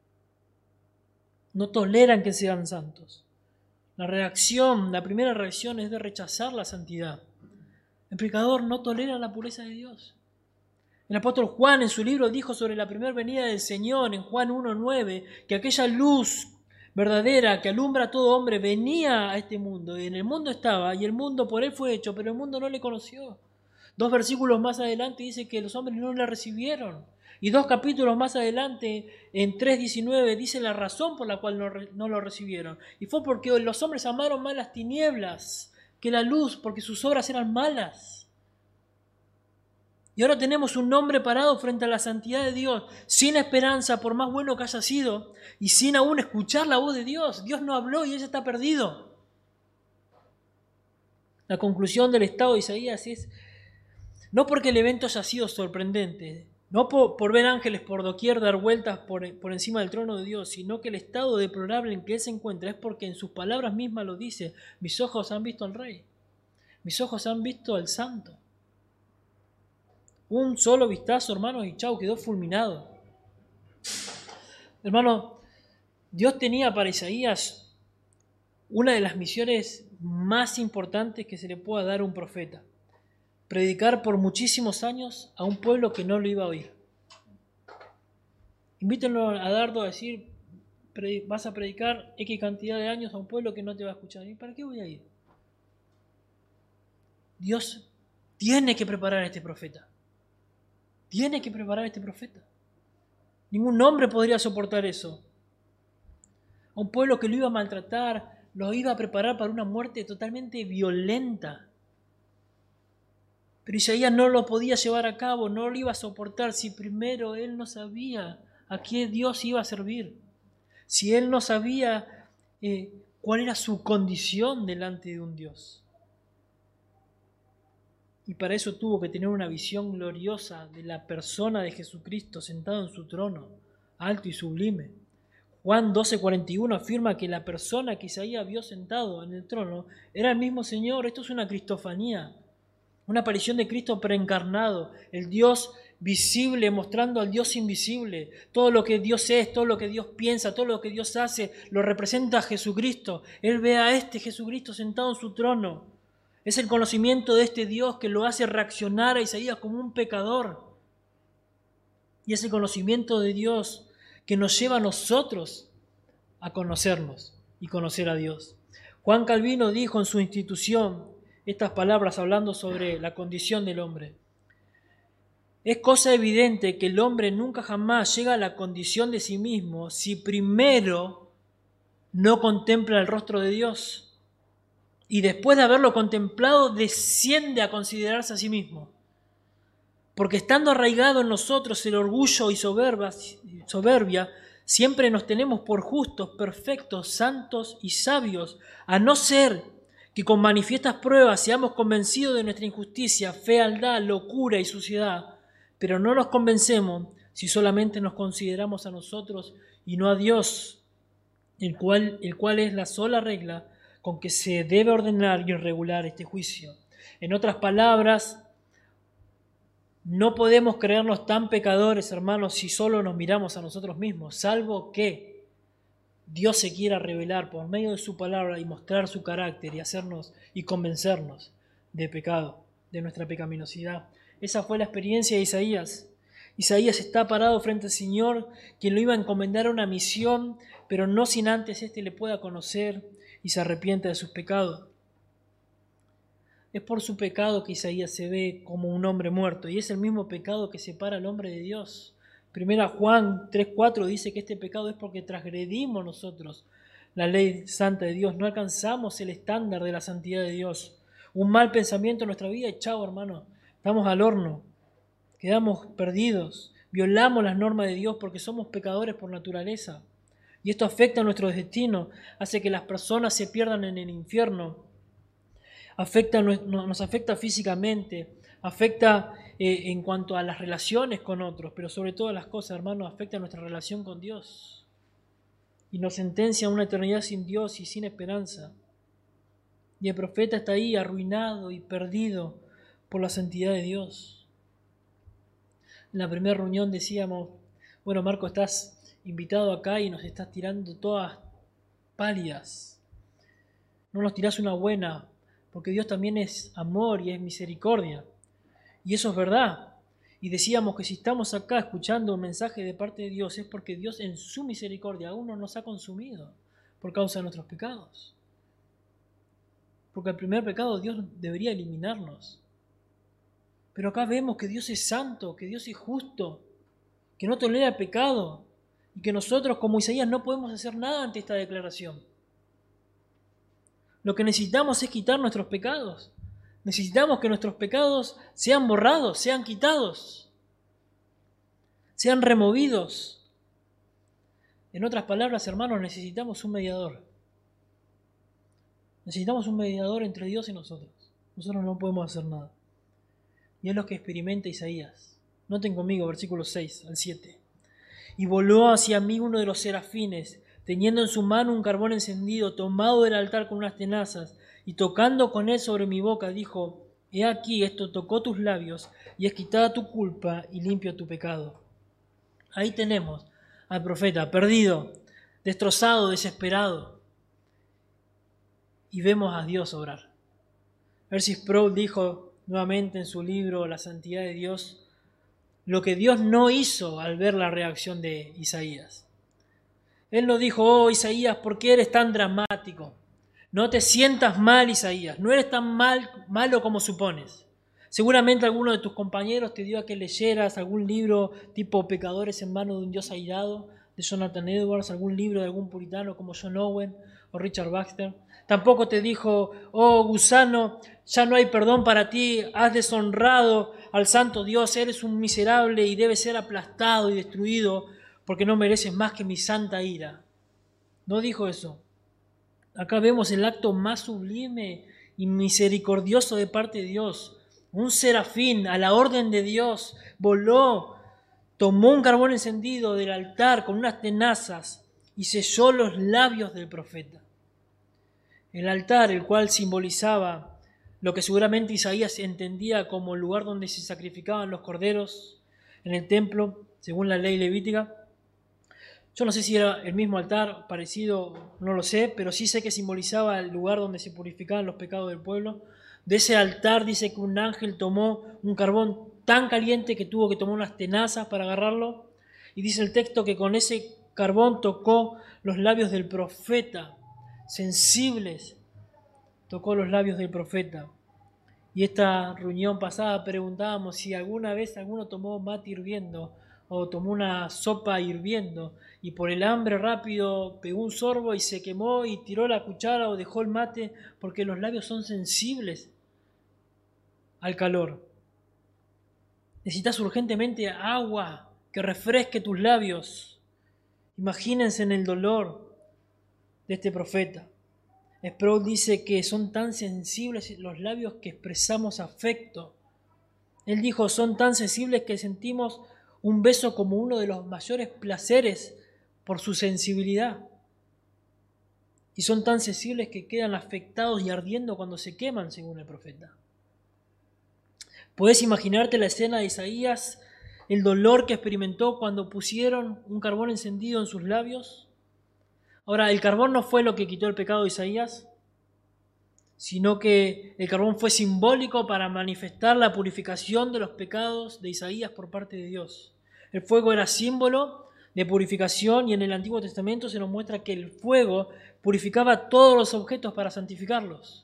No toleran que sean santos. La primera reacción es de rechazar la santidad. El pecador no tolera la pureza de Dios. El apóstol Juan en su libro dijo sobre la primera venida del Señor en Juan 1:9 que aquella luz verdadera que alumbra a todo hombre venía a este mundo y en el mundo estaba y el mundo por él fue hecho, pero el mundo no le conoció. 2 versículos más adelante dice que los hombres no la recibieron. Y 2 capítulos más adelante, en 3:19, dice la razón por la cual no lo recibieron. Y fue porque los hombres amaron más las tinieblas que la luz, porque sus obras eran malas. Y ahora tenemos un hombre parado frente a la santidad de Dios, sin esperanza, por más bueno que haya sido, y sin aún escuchar la voz de Dios. Dios no habló y ella está perdido. La conclusión del estado de Isaías es, no porque el evento haya sido sorprendente, no por ver ángeles por doquier dar vueltas por encima del trono de Dios, sino que el estado deplorable en que él se encuentra es porque en sus palabras mismas lo dice, mis ojos han visto al Rey, mis ojos han visto al Santo. Un solo vistazo, hermanos, y chau, quedó fulminado. Hermano, Dios tenía para Isaías una de las misiones más importantes que se le pueda dar a un profeta. Predicar por muchísimos años a un pueblo que no lo iba a oír. Invítenlo a Dardo a decir, vas a predicar X cantidad de años a un pueblo que no te va a escuchar. ¿Y para qué voy a ir? Dios tiene que preparar a este profeta. Tiene que preparar a este profeta. Ningún hombre podría soportar eso. A un pueblo que lo iba a maltratar, lo iba a preparar para una muerte totalmente violenta. Pero Isaías no lo podía llevar a cabo, no lo iba a soportar si primero él no sabía a qué Dios iba a servir. Si él no sabía cuál era su condición delante de un Dios. Y para eso tuvo que tener una visión gloriosa de la persona de Jesucristo sentado en su trono, alto y sublime. Juan 12:41 afirma que la persona que Isaías vio sentado en el trono era el mismo Señor. Esto es una cristofanía, una aparición de Cristo preencarnado, el Dios visible mostrando al Dios invisible. Todo lo que Dios es, todo lo que Dios piensa, todo lo que Dios hace, lo representa a Jesucristo. Él ve a este Jesucristo sentado en su trono. Es el conocimiento de este Dios que lo hace reaccionar a Isaías como un pecador. Y es el conocimiento de Dios que nos lleva a nosotros a conocernos y conocer a Dios. Juan Calvino dijo en su Institución estas palabras hablando sobre la condición del hombre. Es cosa evidente que el hombre nunca jamás llega a la condición de sí mismo si primero no contempla el rostro de Dios. Y después de haberlo contemplado, desciende a considerarse a sí mismo. Porque estando arraigado en nosotros el orgullo y soberbia, siempre nos tenemos por justos, perfectos, santos y sabios, a no ser que con manifiestas pruebas seamos convencidos de nuestra injusticia, fealdad, locura y suciedad, pero no nos convencemos si solamente nos consideramos a nosotros y no a Dios, el cual es la sola regla con que se debe ordenar y regular este juicio. En otras palabras, no podemos creernos tan pecadores, hermanos, si solo nos miramos a nosotros mismos, salvo que Dios se quiera revelar por medio de su palabra y mostrar su carácter y hacernos y convencernos de pecado, de nuestra pecaminosidad. Esa fue la experiencia de Isaías. Isaías está parado frente al Señor, quien lo iba a encomendar a una misión, pero no sin antes éste le pueda conocer y se arrepiente de sus pecados. Es por su pecado que Isaías se ve como un hombre muerto, y es el mismo pecado que separa al hombre de Dios. Primera Juan 3:4 dice que este pecado es porque transgredimos nosotros la ley santa de Dios, no alcanzamos el estándar de la santidad de Dios. Un mal pensamiento en nuestra vida y chao, hermano, estamos al horno, quedamos perdidos, violamos las normas de Dios porque somos pecadores por naturaleza. Y esto afecta a nuestro destino, hace que las personas se pierdan en el infierno, nos afecta físicamente, afecta en cuanto a las relaciones con otros, pero sobre todas las cosas, hermanos, afecta nuestra relación con Dios. y nos sentencia a una eternidad sin Dios y sin esperanza. Y el profeta está ahí arruinado y perdido por la santidad de Dios. En la primera reunión decíamos, bueno, Marco, estás invitado acá y nos estás tirando todas pálidas. No nos tirás una buena, porque Dios también es amor y es misericordia. Y eso es verdad. Y decíamos que si estamos acá escuchando un mensaje de parte de Dios es porque Dios en su misericordia aún no nos ha consumido por causa de nuestros pecados. Porque el primer pecado Dios debería eliminarnos. Pero acá vemos que Dios es santo, que Dios es justo, que no tolera el pecado y que nosotros como Isaías no podemos hacer nada ante esta declaración. Lo que necesitamos es quitar nuestros pecados. Necesitamos que nuestros pecados sean borrados, sean quitados, sean removidos. En otras palabras, hermanos, necesitamos un mediador. Necesitamos un mediador entre Dios y nosotros. Nosotros no podemos hacer nada. Y es lo que experimenta Isaías. Noten conmigo, versículos 6 al 7. Y voló hacia mí uno de los serafines, teniendo en su mano un carbón encendido, tomado del altar con unas tenazas, y tocando con él sobre mi boca, dijo, he aquí, esto tocó tus labios, y es quitada tu culpa, y limpio tu pecado. Ahí tenemos al profeta, perdido, destrozado, desesperado, y vemos a Dios obrar. R.C. Sproul dijo nuevamente en su libro La santidad de Dios, lo que Dios no hizo al ver la reacción de Isaías. Él no dijo, oh Isaías, ¿por qué eres tan dramático? No te sientas mal, Isaías, no eres tan malo como supones. Seguramente alguno de tus compañeros te dio a que leyeras algún libro tipo Pecadores en manos de un Dios airado, de Jonathan Edwards, algún libro de algún puritano como John Owen o Richard Baxter. Tampoco te dijo, oh gusano, ya no hay perdón para ti, has deshonrado al santo Dios, eres un miserable y debes ser aplastado y destruido porque no mereces más que mi santa ira. No dijo eso. Acá vemos el acto más sublime y misericordioso de parte de Dios. Un serafín a la orden de Dios voló, tomó un carbón encendido del altar con unas tenazas y selló los labios del profeta. El altar, el cual simbolizaba lo que seguramente Isaías entendía como el lugar donde se sacrificaban los corderos en el templo, según la ley levítica. Yo no sé si era el mismo altar, parecido, no lo sé, pero sí sé que simbolizaba el lugar donde se purificaban los pecados del pueblo. De ese altar dice que un ángel tomó un carbón tan caliente que tuvo que tomar unas tenazas para agarrarlo. Y dice el texto que con ese carbón tocó los labios del profeta, sensibles, tocó los labios del profeta. Y esta reunión pasada preguntábamos si alguna vez alguno tomó mate hirviendo o tomó una sopa hirviendo y por el hambre rápido pegó un sorbo y se quemó y tiró la cuchara o dejó el mate porque los labios son sensibles al calor. Necesitas urgentemente agua que refresque tus labios. Imagínense en el dolor de este profeta. Sproul dice que son tan sensibles los labios que expresamos afecto. Él dijo, son tan sensibles que sentimos un beso como uno de los mayores placeres por su sensibilidad. Y son tan sensibles que quedan afectados y ardiendo cuando se queman, según el profeta. ¿Puedes imaginarte la escena de Isaías, el dolor que experimentó cuando pusieron un carbón encendido en sus labios? Ahora, el carbón no fue lo que quitó el pecado de Isaías, sino que el carbón fue simbólico para manifestar la purificación de los pecados de Isaías por parte de Dios. El fuego era símbolo de purificación y en el Antiguo Testamento se nos muestra que el fuego purificaba todos los objetos para santificarlos.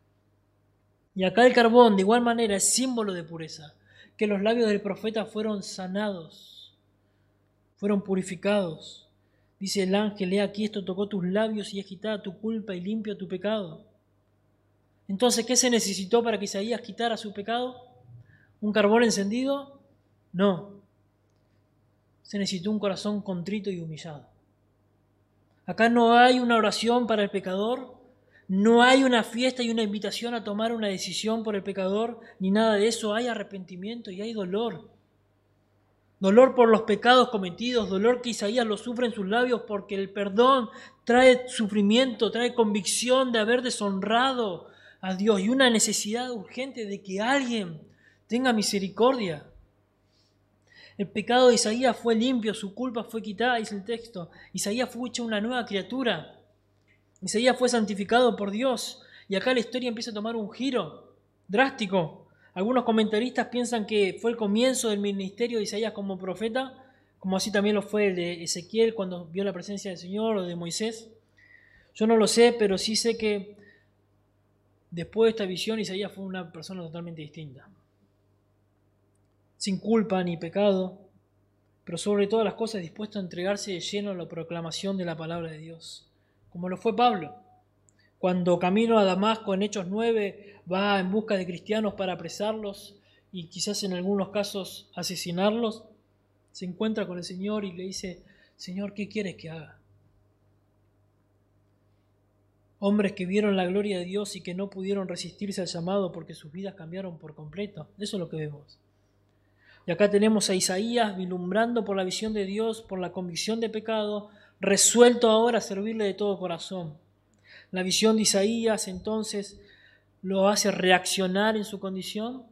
Y acá el carbón de igual manera es símbolo de pureza, que los labios del profeta fueron sanados, fueron purificados. Dice el ángel, he aquí esto tocó tus labios y es quitada tu culpa y limpio tu pecado. Entonces, ¿qué se necesitó para que Isaías quitara su pecado? ¿Un carbón encendido? No. Se necesitó un corazón contrito y humillado. Acá no hay una oración para el pecador, no hay una fiesta y una invitación a tomar una decisión por el pecador, ni nada de eso. Hay arrepentimiento y hay dolor. Dolor por los pecados cometidos, dolor que Isaías lo sufre en sus labios porque el perdón trae sufrimiento, trae convicción de haber deshonrado a Dios y una necesidad urgente de que alguien tenga misericordia. El pecado de Isaías fue limpio, su culpa fue quitada, dice el texto. Isaías fue hecho una nueva criatura. Isaías fue santificado por Dios. Y acá la historia empieza a tomar un giro drástico. Algunos comentaristas piensan que fue el comienzo del ministerio de Isaías como profeta, como así también lo fue el de Ezequiel cuando vio la presencia del Señor, o de Moisés. Yo no lo sé, pero sí sé que después de esta visión Isaías fue una persona totalmente distinta. Sin culpa ni pecado, pero sobre todas las cosas dispuesto a entregarse de lleno a la proclamación de la palabra de Dios, como lo fue Pablo. Cuando camino a Damasco en Hechos 9 va en busca de cristianos para apresarlos y quizás en algunos casos asesinarlos, se encuentra con el Señor y le dice: Señor, ¿qué quieres que haga? Hombres que vieron la gloria de Dios y que no pudieron resistirse al llamado porque sus vidas cambiaron por completo. Eso es lo que vemos. Y acá tenemos a Isaías vislumbrando por la visión de Dios, por la convicción de pecado, resuelto ahora a servirle de todo corazón. La visión de Isaías entonces lo hace reaccionar en su condición,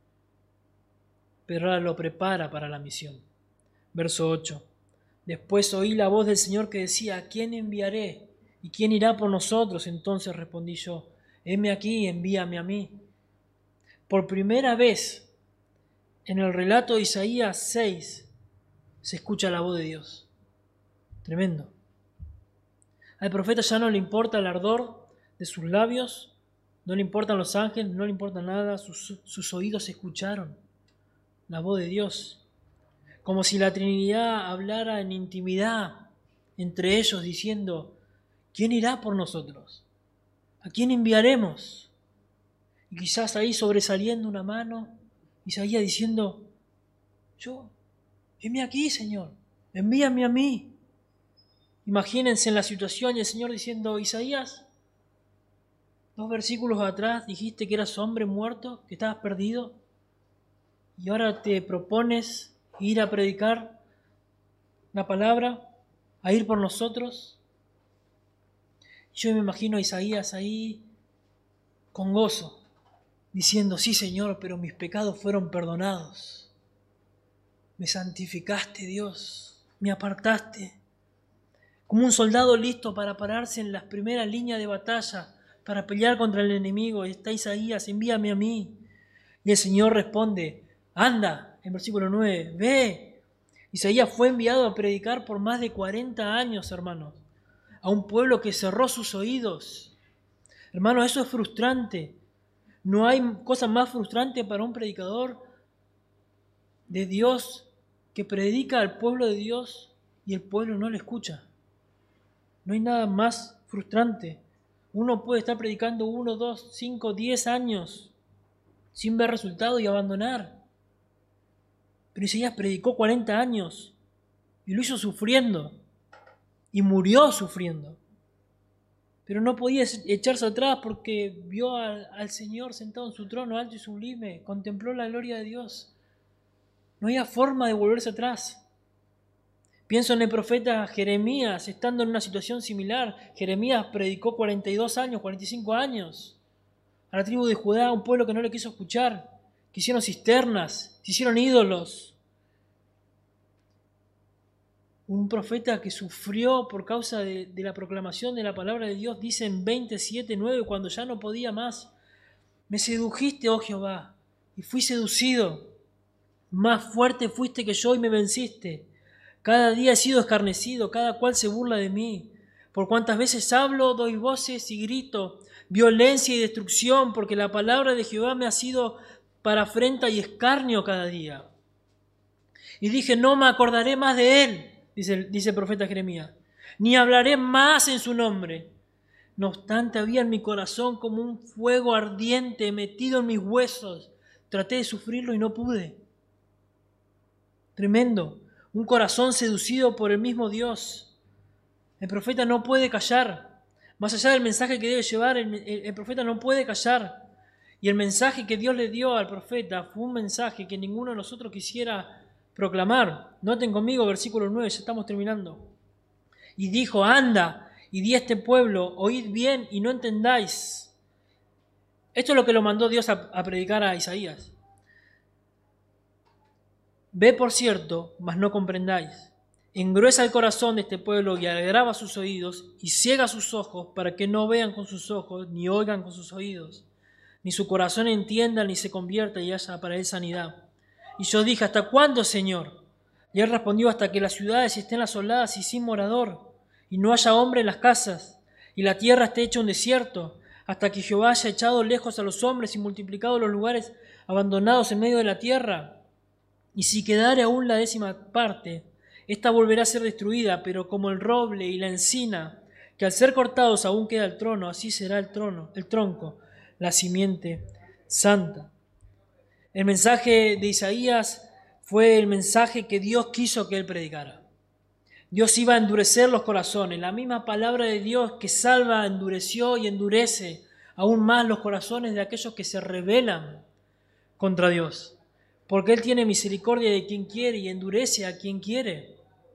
pero ahora lo prepara para la misión. Verso 8. Después oí la voz del Señor que decía: ¿a quién enviaré? ¿Y quién irá por nosotros? Entonces respondí yo: heme aquí, envíame a mí. Por primera vez en el relato de Isaías 6 se escucha la voz de Dios. Tremendo. Al profeta ya no le importa el ardor de sus labios, no le importan los ángeles, no le importa nada, sus oídos escucharon la voz de Dios, como si la Trinidad hablara en intimidad entre ellos diciendo: ¿quién irá por nosotros? ¿A quién enviaremos? Y quizás ahí sobresaliendo una mano, Isaías diciendo: yo, heme aquí, Señor, envíame a mí. Imagínense en la situación y el Señor diciendo: Isaías, 2 versículos atrás dijiste que eras hombre muerto, que estabas perdido, y ahora te propones ir a predicar la palabra, a ir por nosotros. Yo me imagino a Isaías ahí con gozo, diciendo: sí, Señor, pero mis pecados fueron perdonados. Me santificaste, Dios, me apartaste. Como un soldado listo para pararse en las primeras líneas de batalla, para pelear contra el enemigo, está Isaías: envíame a mí. Y el Señor responde: anda, en versículo 9, ve. Isaías fue enviado a predicar por más de 40 años, hermanos, a un pueblo que cerró sus oídos. Hermanos, eso es frustrante. No hay cosa más frustrante para un predicador de Dios que predica al pueblo de Dios y el pueblo no le escucha. No hay nada más frustrante. Uno puede estar predicando 1, 2, 5, 10 años sin ver resultado y abandonar. Pero Isaías predicó 40 años y lo hizo sufriendo y murió sufriendo. Pero no podía echarse atrás porque vio al Señor sentado en su trono alto y sublime, contempló la gloria de Dios. No había forma de volverse atrás. Pienso en el profeta Jeremías, estando en una situación similar. Jeremías predicó 42 años, 45 años a la tribu de Judá, un pueblo que no le quiso escuchar, que hicieron cisternas, se hicieron ídolos. Un profeta que sufrió por causa de la proclamación de la palabra de Dios, dice en 27:9, cuando ya no podía más: me sedujiste, oh Jehová, y fui seducido. Más fuerte fuiste que yo y me venciste. Cada día he sido escarnecido, cada cual se burla de mí. Por cuantas veces hablo, doy voces y grito, violencia y destrucción, porque la palabra de Jehová me ha sido para afrenta y escarnio cada día. Y dije: no me acordaré más de él, dice el profeta Jeremías, ni hablaré más en su nombre. No obstante, había en mi corazón como un fuego ardiente metido en mis huesos. Traté de sufrirlo y no pude. Tremendo. Un corazón seducido por el mismo Dios. El profeta no puede callar. Más allá del mensaje que debe llevar, el profeta no puede callar. Y el mensaje que Dios le dio al profeta fue un mensaje que ninguno de nosotros quisiera proclamar. Noten conmigo, versículo 9, ya estamos terminando. Y dijo, anda, y di a este pueblo, oíd bien y no entendáis. Esto es lo que lo mandó Dios a predicar a Isaías. Ve por cierto, mas no comprendáis. Engruesa el corazón de este pueblo y agrava sus oídos y ciega sus ojos para que no vean con sus ojos, ni oigan con sus oídos, ni su corazón entienda, ni se convierta y haya para él sanidad. Y yo dije, ¿hasta cuándo, Señor? Y él respondió, hasta que las ciudades estén asoladas y sin morador, y no haya hombre en las casas, y la tierra esté hecha un desierto, hasta que Jehová haya echado lejos a los hombres y multiplicado los lugares abandonados en medio de la tierra. Y si quedare aún la 10ª parte, ésta volverá a ser destruida, pero como el roble y la encina, que al ser cortados aún queda el trono, así será el tronco, la simiente santa. El mensaje de Isaías fue el mensaje que Dios quiso que él predicara. Dios iba a endurecer los corazones. La misma palabra de Dios que salva, endureció y endurece aún más los corazones de aquellos que se rebelan contra Dios. Porque Él tiene misericordia de quien quiere y endurece a quien quiere.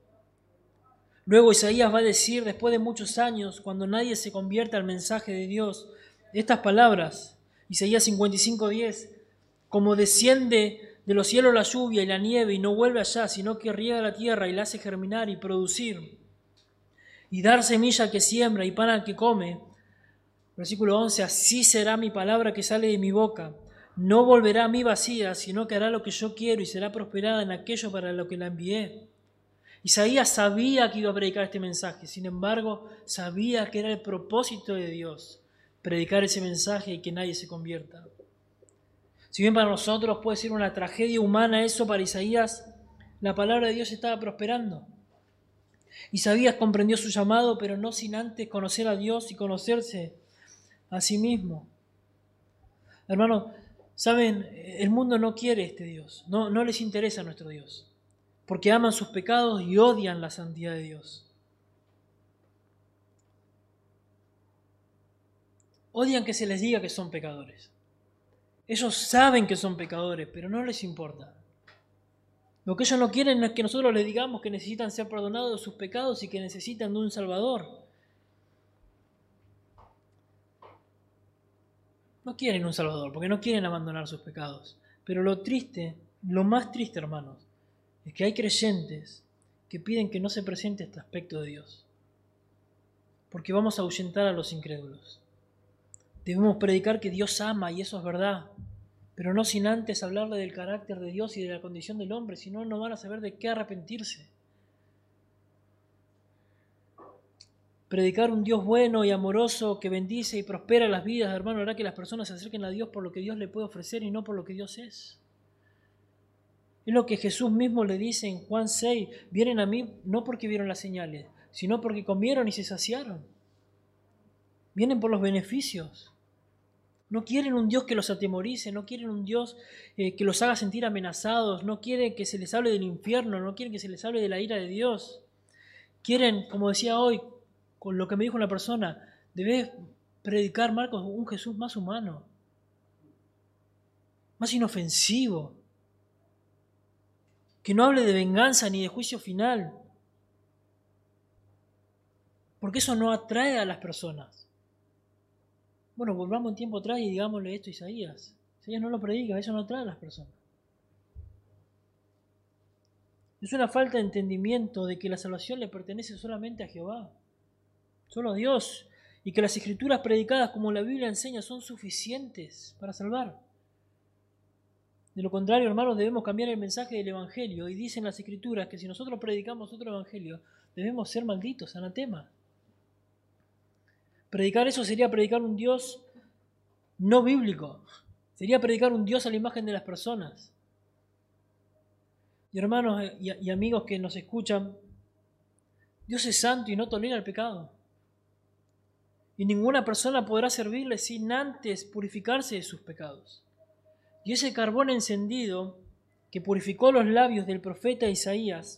Luego Isaías va a decir, después de muchos años, cuando nadie se convierta al mensaje de Dios, estas palabras, Isaías 55:10, como desciende de los cielos la lluvia y la nieve y no vuelve allá, sino que riega la tierra y la hace germinar y producir, y dar semilla al que siembra y pan al que come. Versículo 11, así será mi palabra que sale de mi boca. No volverá a mí vacía, sino que hará lo que yo quiero y será prosperada en aquello para lo que la envié. Isaías sabía que iba a predicar este mensaje, sin embargo, sabía que era el propósito de Dios, predicar ese mensaje y que nadie se convierta. Si bien para nosotros puede ser una tragedia humana eso, para Isaías la palabra de Dios estaba prosperando. Isaías comprendió su llamado, pero no sin antes conocer a Dios y conocerse a sí mismo. Hermanos, saben, el mundo no quiere este Dios, no les interesa nuestro Dios, porque aman sus pecados y odian la santidad de Dios. Odian que se les diga que son pecadores. Ellos saben que son pecadores, pero no les importa. Lo que ellos no quieren es que nosotros les digamos que necesitan ser perdonados de sus pecados y que necesitan de un Salvador. No quieren un Salvador, porque no quieren abandonar sus pecados. Pero lo triste, lo más triste, hermanos, es que hay creyentes que piden que no se presente este aspecto de Dios, porque vamos a ahuyentar a los incrédulos. Debemos predicar que Dios ama, y eso es verdad, pero no sin antes hablarle del carácter de Dios y de la condición del hombre, si no, no van a saber de qué arrepentirse. Predicar un Dios bueno y amoroso que bendice y prospera las vidas, hermano, hará que las personas se acerquen a Dios por lo que Dios le puede ofrecer y no por lo que Dios es. Es lo que Jesús mismo le dice en Juan 6, vienen a mí no porque vieron las señales, sino porque comieron y se saciaron. Vienen por los beneficios. No quieren un Dios que los atemorice, no quieren un Dios que los haga sentir amenazados, no quieren que se les hable del infierno, no quieren que se les hable de la ira de Dios. Quieren, como decía hoy, con lo que me dijo una persona, debes predicar, Marcos, un Jesús más humano, más inofensivo, que no hable de venganza ni de juicio final, porque eso no atrae a las personas. Bueno, volvamos un tiempo atrás y digámosle esto a Isaías. Isaías no lo predica, eso no atrae a las personas. Es una falta de entendimiento de que la salvación le pertenece solamente a Jehová, solo a Dios, y que las escrituras predicadas como la Biblia enseña son suficientes para salvar. De lo contrario, hermanos, debemos cambiar el mensaje del Evangelio, y dicen las escrituras que si nosotros predicamos otro Evangelio, debemos ser malditos, anatema. Predicar eso sería predicar un Dios no bíblico, sería predicar un Dios a la imagen de las personas. Y hermanos y amigos que nos escuchan, Dios es santo y no tolera el pecado. Y ninguna persona podrá servirle sin antes purificarse de sus pecados. Y ese carbón encendido que purificó los labios del profeta Isaías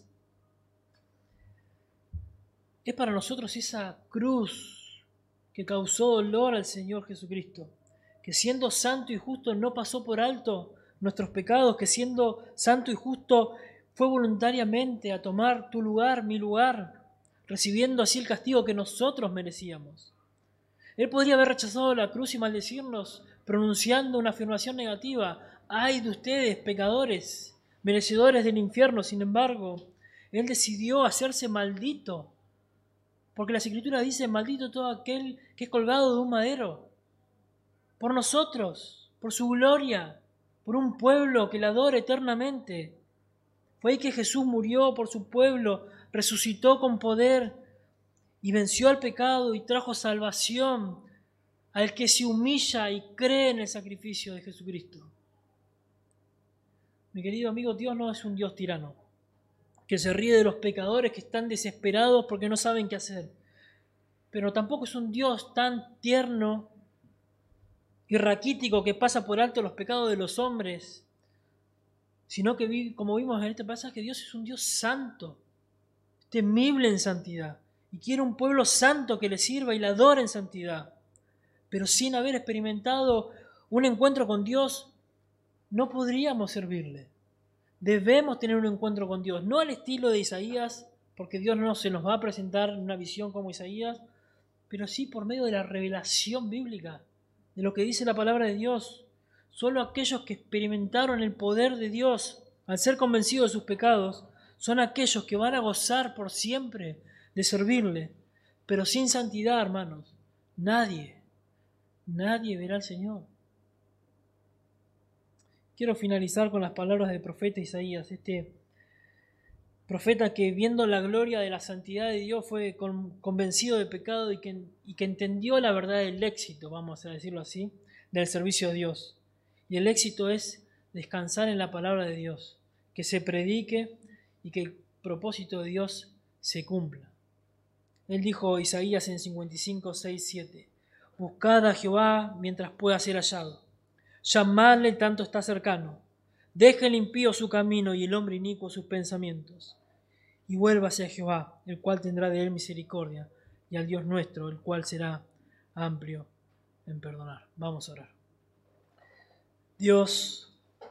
es para nosotros esa cruz que causó dolor al Señor Jesucristo, que siendo santo y justo no pasó por alto nuestros pecados, que siendo santo y justo Fue voluntariamente a tomar tu lugar, mi lugar, recibiendo así el castigo que nosotros merecíamos. Él podría haber rechazado la cruz y maldecirnos, pronunciando una afirmación negativa. ¡Ay de ustedes, pecadores, merecedores del infierno! Sin embargo, Él decidió hacerse maldito, porque las Escrituras dicen, maldito todo aquel que es colgado de un madero, por nosotros, por su gloria, por un pueblo que le adora eternamente. Fue ahí que Jesús murió por su pueblo, resucitó con poder y venció al pecado y trajo salvación al que se humilla y cree en el sacrificio de Jesucristo. Mi querido amigo, Dios no es un Dios tirano, que se ríe de los pecadores que están desesperados porque no saben qué hacer. Pero tampoco es un Dios tan tierno y raquítico que pasa por alto los pecados de los hombres, sino que, como vimos en este pasaje, Dios es un Dios santo, temible en santidad, y quiere un pueblo santo que le sirva y le adore en santidad. Pero sin haber experimentado un encuentro con Dios, no podríamos servirle. Debemos tener un encuentro con Dios, no al estilo de Isaías, porque Dios no se nos va a presentar en una visión como Isaías, pero sí por medio de la revelación bíblica, de lo que dice la palabra de Dios. Solo aquellos que experimentaron el poder de Dios al ser convencidos de sus pecados son aquellos que van a gozar por siempre de servirle. Pero sin santidad, hermanos, nadie verá al Señor. Quiero finalizar con las palabras del profeta Isaías, este profeta que viendo la gloria de la santidad de Dios fue convencido de pecado y que entendió la verdad del éxito, vamos a decirlo así, del servicio a Dios. Y el éxito es descansar en la palabra de Dios, que se predique y que el propósito de Dios se cumpla. Él dijo Isaías en 55, 6, 7, buscad a Jehová mientras pueda ser hallado, llamadle tanto está cercano. Deje el impío su camino y el hombre inicuo sus pensamientos. Y vuélvase a Jehová, el cual tendrá de él misericordia, y al Dios nuestro, el cual será amplio en perdonar. Vamos a orar. Dios,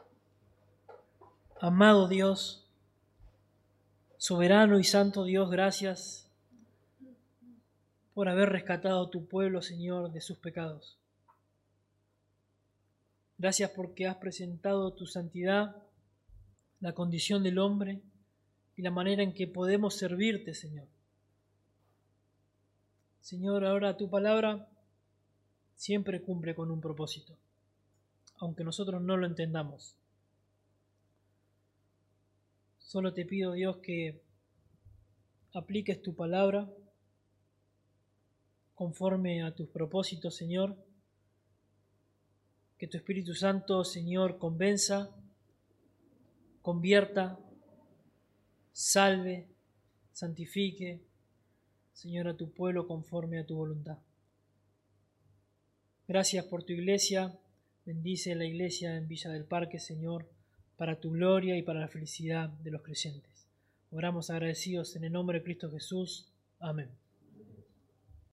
amado Dios, soberano y santo Dios, gracias por haber rescatado a tu pueblo, Señor, de sus pecados. Gracias porque has presentado tu santidad, la condición del hombre y la manera en que podemos servirte, Señor. Señor, ahora tu palabra siempre cumple con un propósito, aunque nosotros no lo entendamos. Solo te pido, Dios, que apliques tu palabra conforme a tus propósitos, Señor. Que tu Espíritu Santo, Señor, convenza, convierta, salve, santifique, Señor, a tu pueblo conforme a tu voluntad. Gracias por tu iglesia. Bendice la iglesia en Villa del Parque, Señor, para tu gloria y para la felicidad de los creyentes. Oramos agradecidos en el nombre de Cristo Jesús. Amén.